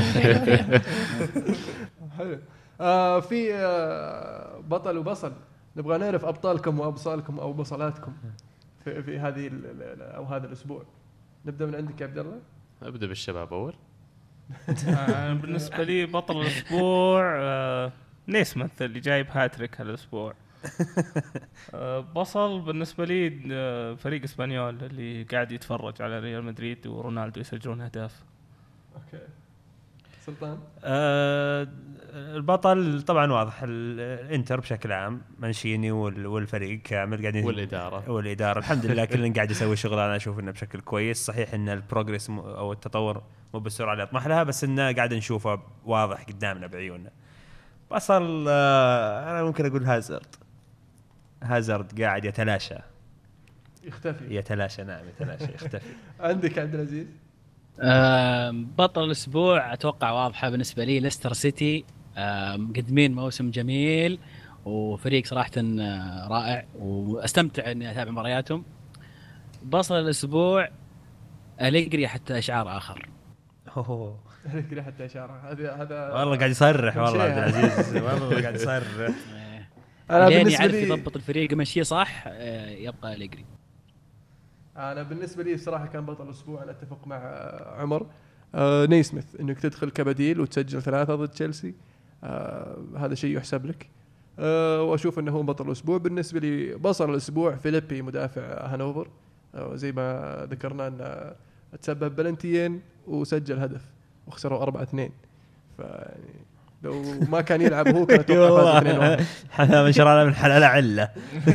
حلو. آه في آه بطل وبصل، نبغى نعرف أبطالكم وأبصالكم أو بصلاتكم في, في هذه أو هذا الأسبوع. نبدأ من عندك يا عبد الله. أبدأ بالشباب أول. آه بالنسبة لي بطل الأسبوع آه نيسمث اللي جايب هاتريك هالأسبوع. أه بصل بالنسبة لي أه فريق اسبانيول اللي قاعد يتفرج على ريال مدريد ورونالدو يسجلون أهداف. أوكي سلطان. أه البطل طبعا واضح الانتر بشكل عام، مانشيني والفريق كامل قاعدين، والإدارة والإدارة الحمد لله كلن قاعد يسوي شغل. أنا أشوف إنه بشكل كويس. صحيح إن البروجرس أو التطور مو بالسرعة اللي أطمح لها، بس إنه قاعد نشوفه واضح قدامنا بعيوننا. بصل أه أنا ممكن أقول هازارد. هازارد قاعد يتلاشى يختفي يتلاشى نعم يتلاشى يختفي. عندك عبد العزيز. بطل الأسبوع أتوقع واضحة بالنسبة لي ليستر سيتي، مقدمين موسم جميل وفريق صراحة رائع واستمتع إني أتابع مبارياتهم. بطل الأسبوع أليجري حتى إشعار آخر. أوه أليجري حتى إشعار هذا هذا والله قاعد يصرح والله عبد العزيز والله قاعد يصرح. انا لين بالنسبه يعرف لي يضبط الفريق ماشي صح آه، يبقى أليجري. انا بالنسبه لي صراحه كان بطل الاسبوع. انا اتفق مع عمر آه نيسميث انك تدخل كبديل وتسجل ثلاثه ضد تشيلسي، آه هذا شيء يحسب لك. آه واشوف انه هو بطل الاسبوع. بالنسبه لي بصل الاسبوع فيليبي مدافع هانوفر، آه زي ما ذكرنا انه تسبب بلنتيين وسجل هدف وخسروا أربعة اثنين، فيعني لو ما كان يلعب هو كان اتوقع فاز اثنين واحد. هذا من شرعنا من حلال عله.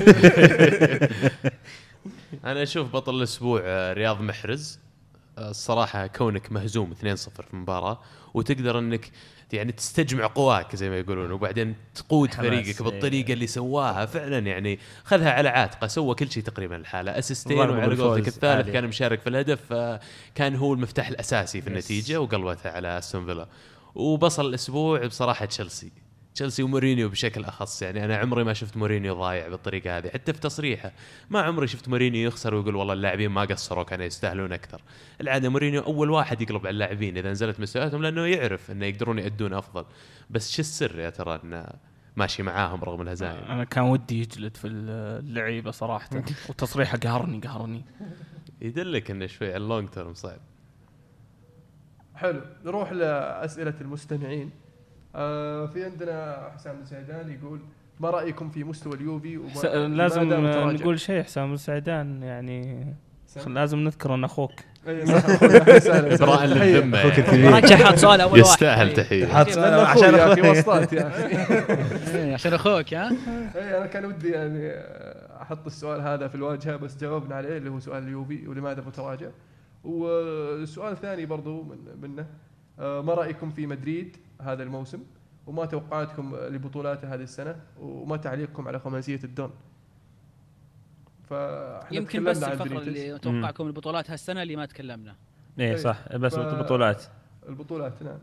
انا اشوف بطل الاسبوع آه، رياض محرز. آه، الصراحه كونك مهزوم اثنين صفر في مباراه وتقدر انك يعني تستجمع قواك زي ما يقولون وبعدين تقود فريقك بالطريقه اللي سواها فعلا، يعني خذها على عاتقه، سوى كل شيء تقريبا الحاله، اسيستين وعلى قولتك الثالث كان مشارك في الهدف، كان هو المفتاح الاساسي في النتيجه وقلبتها على استون فيلا. وبصل الاسبوع بصراحه تشيلسي تشيلسي ومورينيو بشكل أخص. يعني أنا عمري ما شفت مورينيو ضايع بالطريقة هذه، حتى في تصريحه ما عمري شفت مورينيو يخسر ويقول والله اللاعبين ما قصروا كانوا يستاهلون أكثر. العادة مورينيو أول واحد يقلب على اللاعبين إذا نزلت مستوياتهم لأنه يعرف أنه يقدرون يأدون أفضل. بس شو السر يا ترى أنه ماشي معاهم رغم الهزائم؟ أنا كان ودي يجلد في اللعيبة صراحة وتصريحه قهرني قهرني يدلك أنه شوي على اللونج تيرم صعب. حلو، نروح لأسئلة المستمعين. آه في عندنا حسام السعيدان يقول ما رأيكم في مستوى اليوفي وما س... لازم نقول شيء. حسام السعيدان يعني لازم نذكر ان اخوك إبراء للذمة راك حاط سؤال اول واحد يستاهل تحية عشان اخوك وسطات يعني عشان اخوك. ها اي انا كان ودي يعني احط السؤال هذا في الواجهة بس جاوبنا عليه اللي هو سؤال اليوفي ولماذا متراجع. والسؤال الثاني برضو من منه ما رأيكم في مدريد هذا الموسم وما توقعاتكم لبطولاته هذه السنة وما تعليقكم على خماسية الدون. يمكن بس الفقرة اللي توقعكم البطولات هالسنة اللي ما تكلمنا. ايه صح بس البطولات البطولات نعم.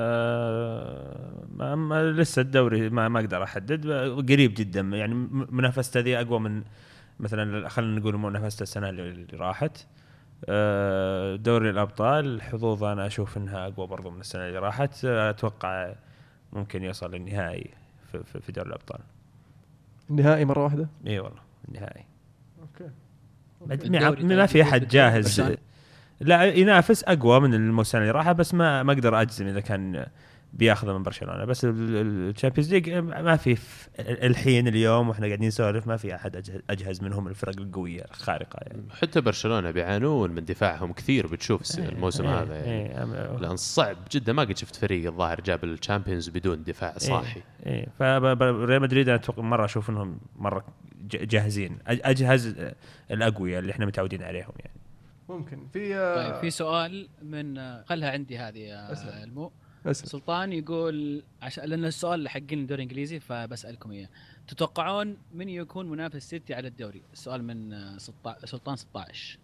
آه ما, ما لسه الدوري ما ما اقدر احدد، قريب جدا يعني منافسته ذي اقوى من مثلا خلينا نقول منافسة السنة اللي راحت. دوري الأبطال حظوظ أنا أشوف إنها أقوى برضو من السنة اللي راحت. أتوقع ممكن يوصل للنهائي في في دوري الأبطال. النهائي مرة واحدة؟ إيه والله النهائي. أوكي. ما, ما في أحد جاهز. لا ينافس أقوى من السنة اللي راحت بس ما ما أقدر أجزم إذا كان بياخذه من برشلونة. بس الشامبيونز ليج ما في الحين اليوم واحنا قاعدين نسولف ما في احد اجهز منهم الفرق القويه الخارقه يعني. حتى برشلونة بيعانون من دفاعهم كثير بتشوف الموسم ايه هذا يعني ايه لان صعب جدا. ما قد شفت فريق الظاهر جاب الشامبيونز بدون دفاع صاحي. ايه, ايه. فريال مدريد انا مره اشوف انهم مره جاهزين اجهز الاقوياء اللي احنا متعودين عليهم يعني. ممكن في طيب في سؤال من خلها عندي هذه يا المو أسل. سلطان يقول عشان لأن السؤال حقين الدوري الإنجليزي فبسألكم إياه. تتوقعون من يكون منافس سيتي على الدوري؟ السؤال من سلطان ستة عشر.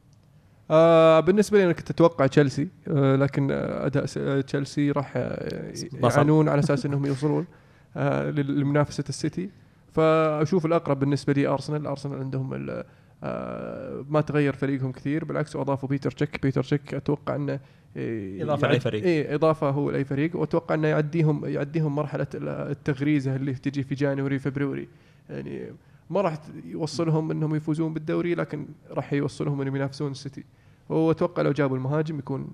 آه بالنسبة لي أنا كنت أتوقع تشيلسي، آه لكن أداء تشيلسي راح يعانون على أساس أنهم يوصلون آه لمنافسة السيتي. فأشوف الأقرب بالنسبة لي أرسنال. أرسنال عندهم آه ما تغير فريقهم كثير، بالعكس أضافوا بيتر تشيك. بيتر تشيك أتوقع أنه إضافة لأي فريق. إيه إضافة هو لأي فريق، وأتوقع أنه يعديهم يعديهم مرحلة التغريزة اللي تجي في جانوري فبراير. يعني ما راح يوصلهم أنهم يفوزون بالدوري لكن راح يوصلهم أنهم ينافسون السيتي. وأتوقع لو جابوا المهاجم يكون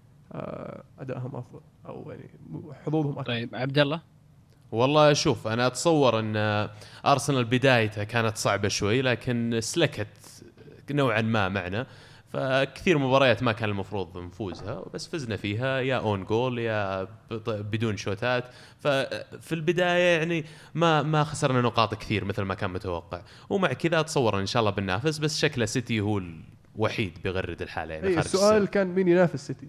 أدائهم أفضل أو يعني حظوظهم أكثر. طيب عبد الله. والله شوف أنا أتصور أن أرسنال بدايتها كانت صعبة شوي لكن سلكت نوعا ما معنا، فكثير مباريات ما كان المفروض نفوزها بس فزنا فيها يا اون جول يا بدون شوتات. ففي البدايه يعني ما ما خسرنا نقاط كثير مثل ما كان متوقع، ومع كذا اتصور ان شاء الله بننافس. بس شكله سيتي هو الوحيد بيغرد الحاله يعني خارج السؤال السنة. كان مين ينافس سيتي؟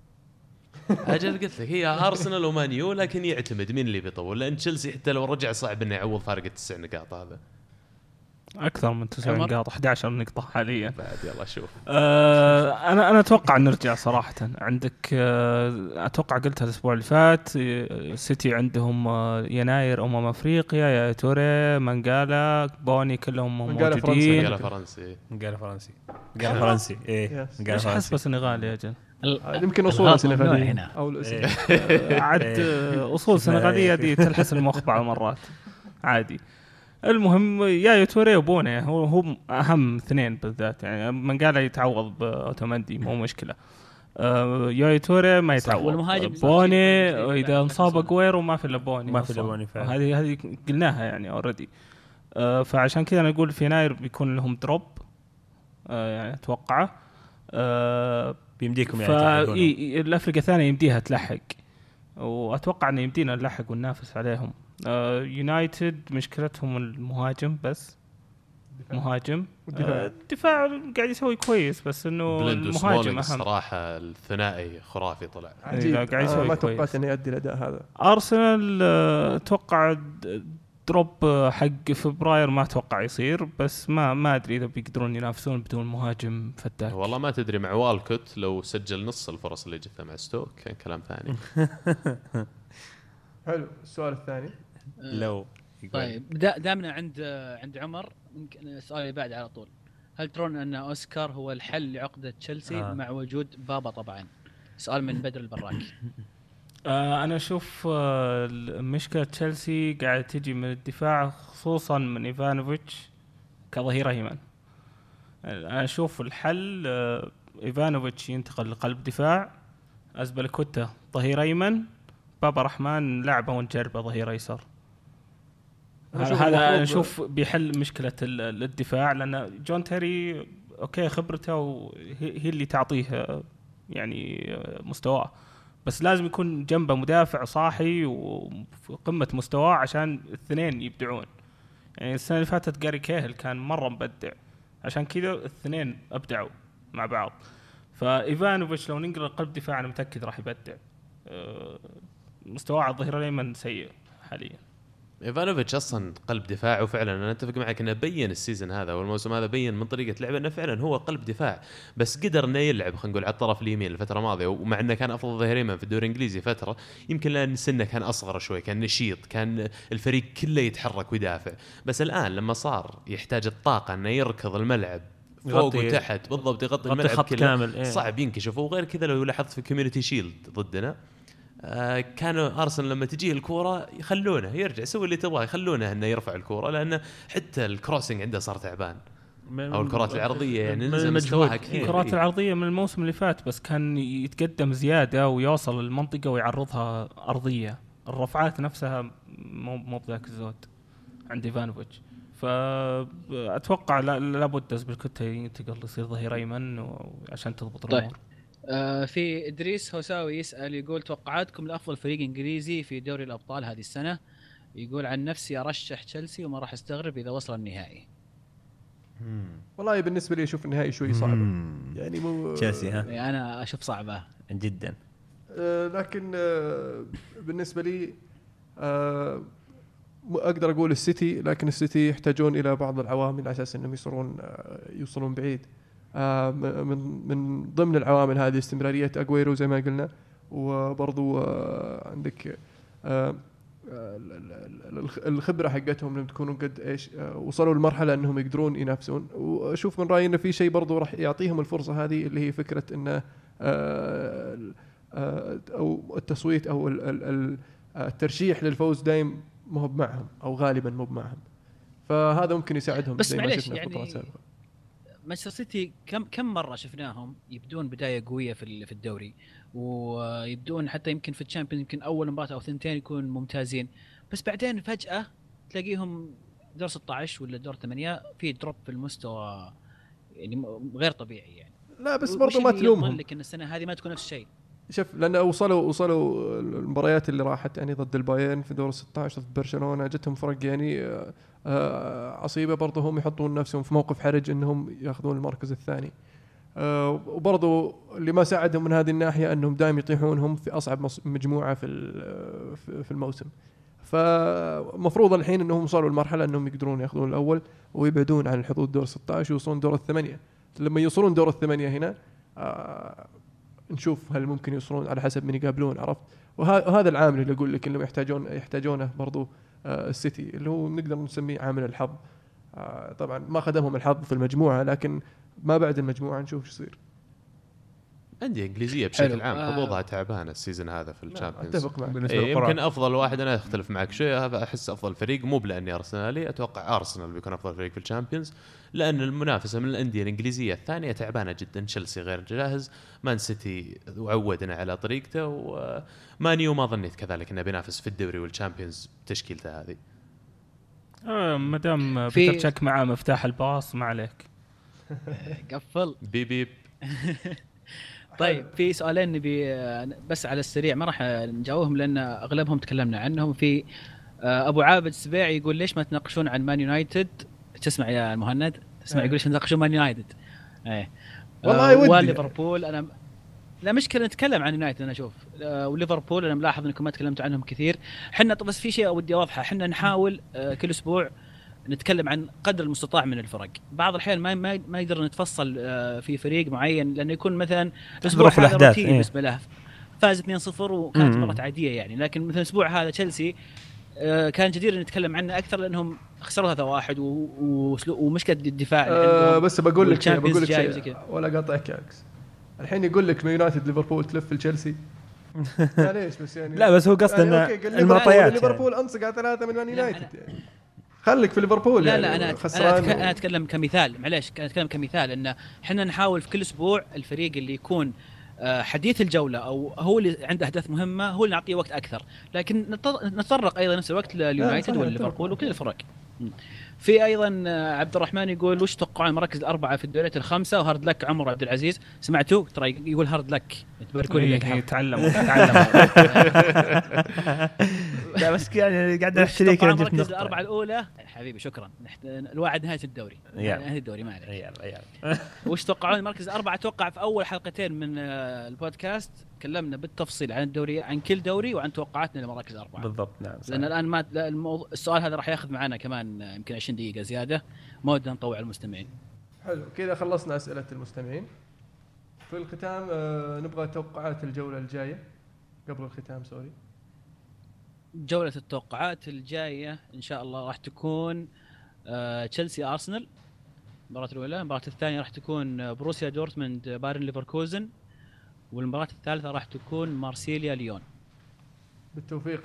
اجل قلت لك هي ارسنال ومانيو، لكن يعتمد مين اللي بيطول، لان تشيلسي حتى لو رجع صعب انه يعوض فارق التسع نقاط. هذا اكثر من تسع نقاط، إحدى عشر نقطه حاليا بعد. يلا شوف آه انا انا اتوقع نرجع صراحه. عندك آه اتوقع قلتها الاسبوع اللي فات سيتي عندهم آه يناير امم افريقيا، يا توري مانجالا بوني كلهم موجودين. مانجالا فرنسي مانجالا فرنسي مانجالا فرنسي ايه مانجالا فرنسي حسب سنغالي يا جن يمكن اصول سنغاليه هنا او عاد اصول سنغاليه دي تلحس المخ بعض مرات عادي. المهم يا توري وبوني هو هو اهم اثنين بالذات يعني من قال يتعوض باوتوماندي مو مشكله. آه يا توري ما يتعوض بوني اذا انصاب اغويرو ما في الا بوني ما في الا بوني فعلا هذه هذه قلناها يعني اوريدي. آه فعشان كذا انا اقول في يناير بيكون لهم دروب آه يعني اتوقعه آه بيمديكم يعني الافريقيا الثانيه يمديها تلحق واتوقع ان يمدينا نلحق وننافس عليهم. آه يونايتد مشكلتهم المهاجم بس دفاع. مهاجم الدفاع آه قاعد يسوي كويس بس انه المهاجم اهم صراحه الثنائي خرافي طلع قاعد يسوي آه ما توقعت انه يؤدي الاداء هذا. ارسنال آه اتوقع دروب حق فبراير ما اتوقع يصير بس ما ما ادري اذا بيقدرون ينافسون بدون مهاجم فتاك. والله ما تدري مع والكوت لو سجل نص الفرص اللي جتها مع ستوك كان كلام ثاني. حلو. السؤال الثاني لو طيب دامنا عند عند عمر ممكن السؤال اللي بعد على طول. هل ترون ان اوسكار هو الحل لعقده تشيلسي آه. مع وجود بابا؟ طبعا سؤال من بدر البراكي. آه أنا أشوف آه مشكلة تشيلسي قاعد تجي من الدفاع خصوصا من إيفانوفيتش كظهير أيمن. أنا أشوف الحل آه إيفانوفيتش ينتقل لقلب دفاع، أزبلكوتا ظهير أيمن، بابا رحمن لعبه ونجربه ظهير أيسر. هذا أشوف بيحل مشكلة الدفاع لأن جون تيري أوكي خبرته هي اللي تعطيه يعني مستواه بس لازم يكون جنبه مدافع صاحي وفي قمة مستواه عشان الاثنين يبدعون. يعني السنة اللي فاتت جاري كيهل كان مرة مبدع عشان كذا الاثنين أبدعوا مع بعض. فإيفانوفيتش لو ننقل قلب دفاع أنا متأكد راح يبدع. مستواه على الظهير الأيمن سيء حاليا. إيفانوفيتش أصلاً قلب دفاع وفعلاً أنا أتفق معك إنه بين السيزن هذا والموسم هذا بين من طريقة لعبه إنه فعلاً هو قلب دفاع بس قدر إنه يلعب خلينا نقول على الطرف اليمين الفترة الماضية ومع إنه كان أفضل ظهير أيمن في الدوري الإنجليزي فترة يمكن لأن سنه كان أصغر شوي كان نشيط كان الفريق كله يتحرك ويدافع بس الآن لما صار يحتاج الطاقة إنه يركض الملعب فوق وتحت بالضبط يغطي الملعب كله إيه. صعب ينكشف وغير كذا لو لاحظت في كوميونيتي شيلد ضدنا آه كانوا أرسنال لما تجيه الكورة يخلونه يرجع يسوي اللي تبغاه يخلونه إنه يرفع الكورة لأن حتى الكروسنج عنده صار تعبان أو الكرات العرضية يعني نزل مستواها كثير. الكرات العرضية من الموسم اللي فات بس كان يتقدم زيادة ويوصل المنطقة ويعرضها أرضية. الرفعات نفسها مو مو بذاك الزود عند إيفانوفيتش. فأتوقع لا لابد أزبلكوتا ينتقل يصير ظهير أيمن عشان تضبط الأمور. طيب. آه في إدريس هوساوي يسأل يقول توقعاتكم لأفضل فريق إنجليزي في دوري الأبطال هذه السنة. يقول عن نفسي أرشح تشيلسي وما راح استغرب إذا وصل النهائي. والله بالنسبة لي أشوف النهائي شوي صعبة يعني مو تشيلسي ها يعني أنا أشوف صعبة جدا آه لكن آه بالنسبة لي آه أقدر أقول السيتي لكن السيتي يحتاجون إلى بعض العوامل على أساس أنهم يصيرون آه يوصلون بعيد. آه من من ضمن العوامل هذه استمرارية أغويرو زي ما قلنا وبرضو آه عندك آه الخبرة حقتهم لما تكونوا قد إيش آه وصلوا لمرحلة أنهم يقدرون ينافسون. وأشوف من رأيي أن في شيء برضو راح يعطيهم الفرصة هذه اللي هي فكرة أنه آه آه أو التصويت أو الترشيح للفوز دايم مو معهم أو غالبا مو معهم فهذا ممكن يساعدهم بس معليش يعني مانشستر سيتي كم كم مره شفناهم يبدون بدايه قويه في في الدوري ويبدون حتى يمكن في الشامبيونز يمكن اول مباراه او ثنتين يكونوا ممتازين بس بعدين فجاه تلاقيهم دور ستة عشر ولا دور ثمانية في دروب في المستوى يعني غير طبيعي يعني. لا بس برضو ما تلومهم لكن السنه هذه ما تكون نفس الشيء. شوف لأن وصلوا وصلوا المباريات اللي راحت يعني ضد البايرن في دور ستة عشر ضد برشلونة جتهم فرق يعني عصيبة برضو هم يحطون نفسهم في موقف حرج إنهم يأخذون المركز الثاني. وبرضو اللي ما ساعدهم من هذه الناحية أنهم دائما يطيحونهم في أصعب مجموعة في في الموسم. فمفروض الحين أنهم وصلوا المرحلة أنهم يقدرون يأخذون الأول ويبعدون عن الحظوظ دور ستة عشر ويوصلون دور الثمانية. لما يوصلون دور الثمانية هنا نشوف هل ممكن يوصلون على حسب من يقابلون عرفت. وهذا العامل اللي أقول لك إنهم يحتاجون يحتاجونه برضو آه السيتي اللي هو نقدر نسميه عامل الحظ. آه طبعا ما خدمهم الحظ في المجموعة لكن ما بعد المجموعة نشوف ايش يصير. أندية إنجليزية بشكل عام حظوظها تعبانة السيزن هذا في الشامبيونز. اتفق معك. إيه يمكن افضل واحد، انا اختلف معك شوي، هذا احس افضل فريق مو لاني ارسنالي، اتوقع ارسنال بيكون افضل فريق في الشامبيونز، لان المنافسه من الانديه الانجليزيه الثانيه تعبانه جدا. تشيلسي غير جاهز، مان سيتي وعودنا على طريقته، ومانيو ما ظنيت كذلك انه بينافس في الدوري والشامبيونز بتشكيلته هذه. آه ما دام بيتر تشيك معاه مفتاح الباص ما عليك. قفل بيب بيب. طيب في سؤالين نبي بس على السريع ما راح نجاوبهم لان اغلبهم تكلمنا عنهم. في ابو عابد السبيعي يقول ليش ما تناقشون عن مان يونايتد؟ تسمع يا مهند؟ تسمع يقول ليش تناقشون مان يونايتد؟ ايه والله ودي. وليفربول انا لا مشكله نتكلم عن يونايتد. انا اشوف وليفربول انا ملاحظ انكم ما تكلمتوا عنهم كثير. احنا بس في شيء ودي اوضحه، احنا نحاول كل اسبوع نتكلم عن قدر المستطاع من الفرق. بعض الأحيان ما ما ما يقدر نتفصل في فريق معين لأنه يكون مثلا أسبوع هذا روتيني إيه. بالنسبة له فاز اثنين صفر وكانت مباراة عادية يعني، لكن مثلا الأسبوع هذا تشيلسي كان جدير نتكلم عنه أكثر لأنهم خسروا هذا واحد ومشكلة الدفاع أه بس بقول لك بقول لك شيء ولا قاطعك عكس. الحين يقول لك يونايتد ليفربول تلف لتشيلسي ليش بس يعني لا بس هو قصده يعني ان المعطيات ليفربول يعني. انصق على ثلاثة من يونايتد يعني. خليك في ليفربول. لا يعني لا انا خسران انا, أنا اتكلم كمثال، معليش انا اتكلم كمثال ان احنا نحاول في كل اسبوع الفريق اللي يكون حديث الجوله او هو اللي عنده اهداف مهمه هو اللي نعطيه وقت اكثر، لكن نتطرق ايضا نفس الوقت لليونايتد والليفربول وكل الفرق. في ايضا عبد الرحمن يقول وش توقعون المراكز الاربعه في الدوريات الخمسه؟ وهارد لك عمر عبد العزيز سمعتوا ترى يقول هارد لك تباركوا لي تعلم تعلم. لا بس يعني قاعد نحكي كذا المراكز الاربعه الاولى حبيبي شكرا الواعد نهايه الدوري نهايه الدوري ما عليك يلا يلا. وش توقعون المركز الاربعه؟ اتوقع في اول حلقتين من البودكاست تكلمنا بالتفصيل عن الدوري عن كل دوري وعن توقعاتنا للمراكز الاربعه بالضبط. نعم لان الان ما الموضوع السؤال هذا راح ياخذ معنا كمان يمكن عشرين دقيقه زياده ما ودنا نطوع المستمعين. حلو كذا خلصنا اسئله المستمعين. في الختام آه نبغى توقعات الجوله الجايه قبل الختام سوري. جولة التوقعات الجاية إن شاء الله راح تكون آه تشيلسي أرسنال المباراة الأولى. المباراة الثانية راح تكون بروسيا دورتموند بايرن ليفركوزن، والمباراة الثالثة راح تكون مارسيليا ليون. بالتوفيق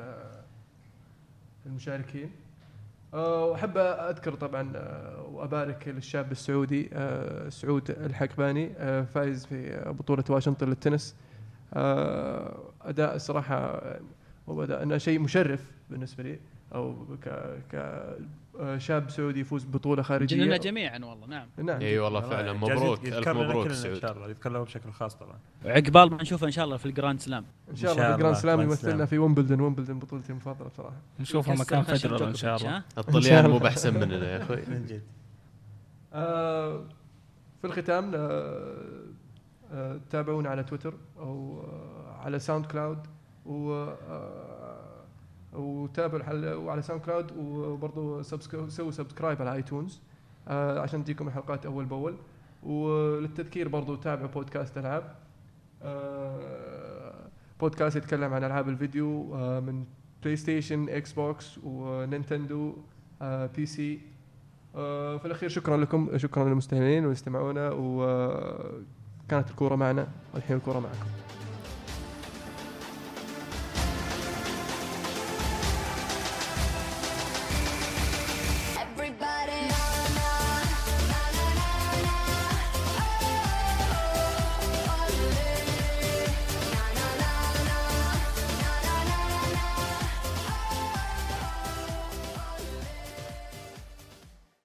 للمشاركين. وأحب أذكر طبعا وأبارك للشاب السعودي آه سعود الحكباني آه فائز في بطولة واشنطن للتنس. آه أداء صراحة وبدأ أنه شيء مشرف بالنسبة لي أو ك كشاب سعودي يفوز ببطولة خارجية. جننا جميعا والله. نعم نعم اي والله فعلا مبروك ألف مبروك سعود. إن شاء الله يتكلموا بشكل خاص طبعا. وعقبال ما نشوفه إن شاء الله في الجراند سلام. إن شاء الله في الجراند سلام يمثلنا في ويمبلدون. ويمبلدون بطولتي المفضلة بصراحة. نشوفه مكان فدرر إن شاء الله. الطليان مو بأحسن مننا يا أخوي من جد. آه في الختام آه آه تابعونا على تويتر أو آه على ساوند كلاود و وتابعوا على ساوند كلاود وبرضه سووا سبسكرايب على ايتونز آه عشان تجيكم الحلقات اول باول. وللتذكير برضه تابعوا بودكاست العاب آه بودكاست يتكلم عن العاب الفيديو آه من بلاي ستيشن اكس بوكس ونينتندو آه بي سي. آه في الاخير شكرا لكم، شكرا للمستمعين والاستماعونا، وكانت الكوره معنا والحين الكوره معكم.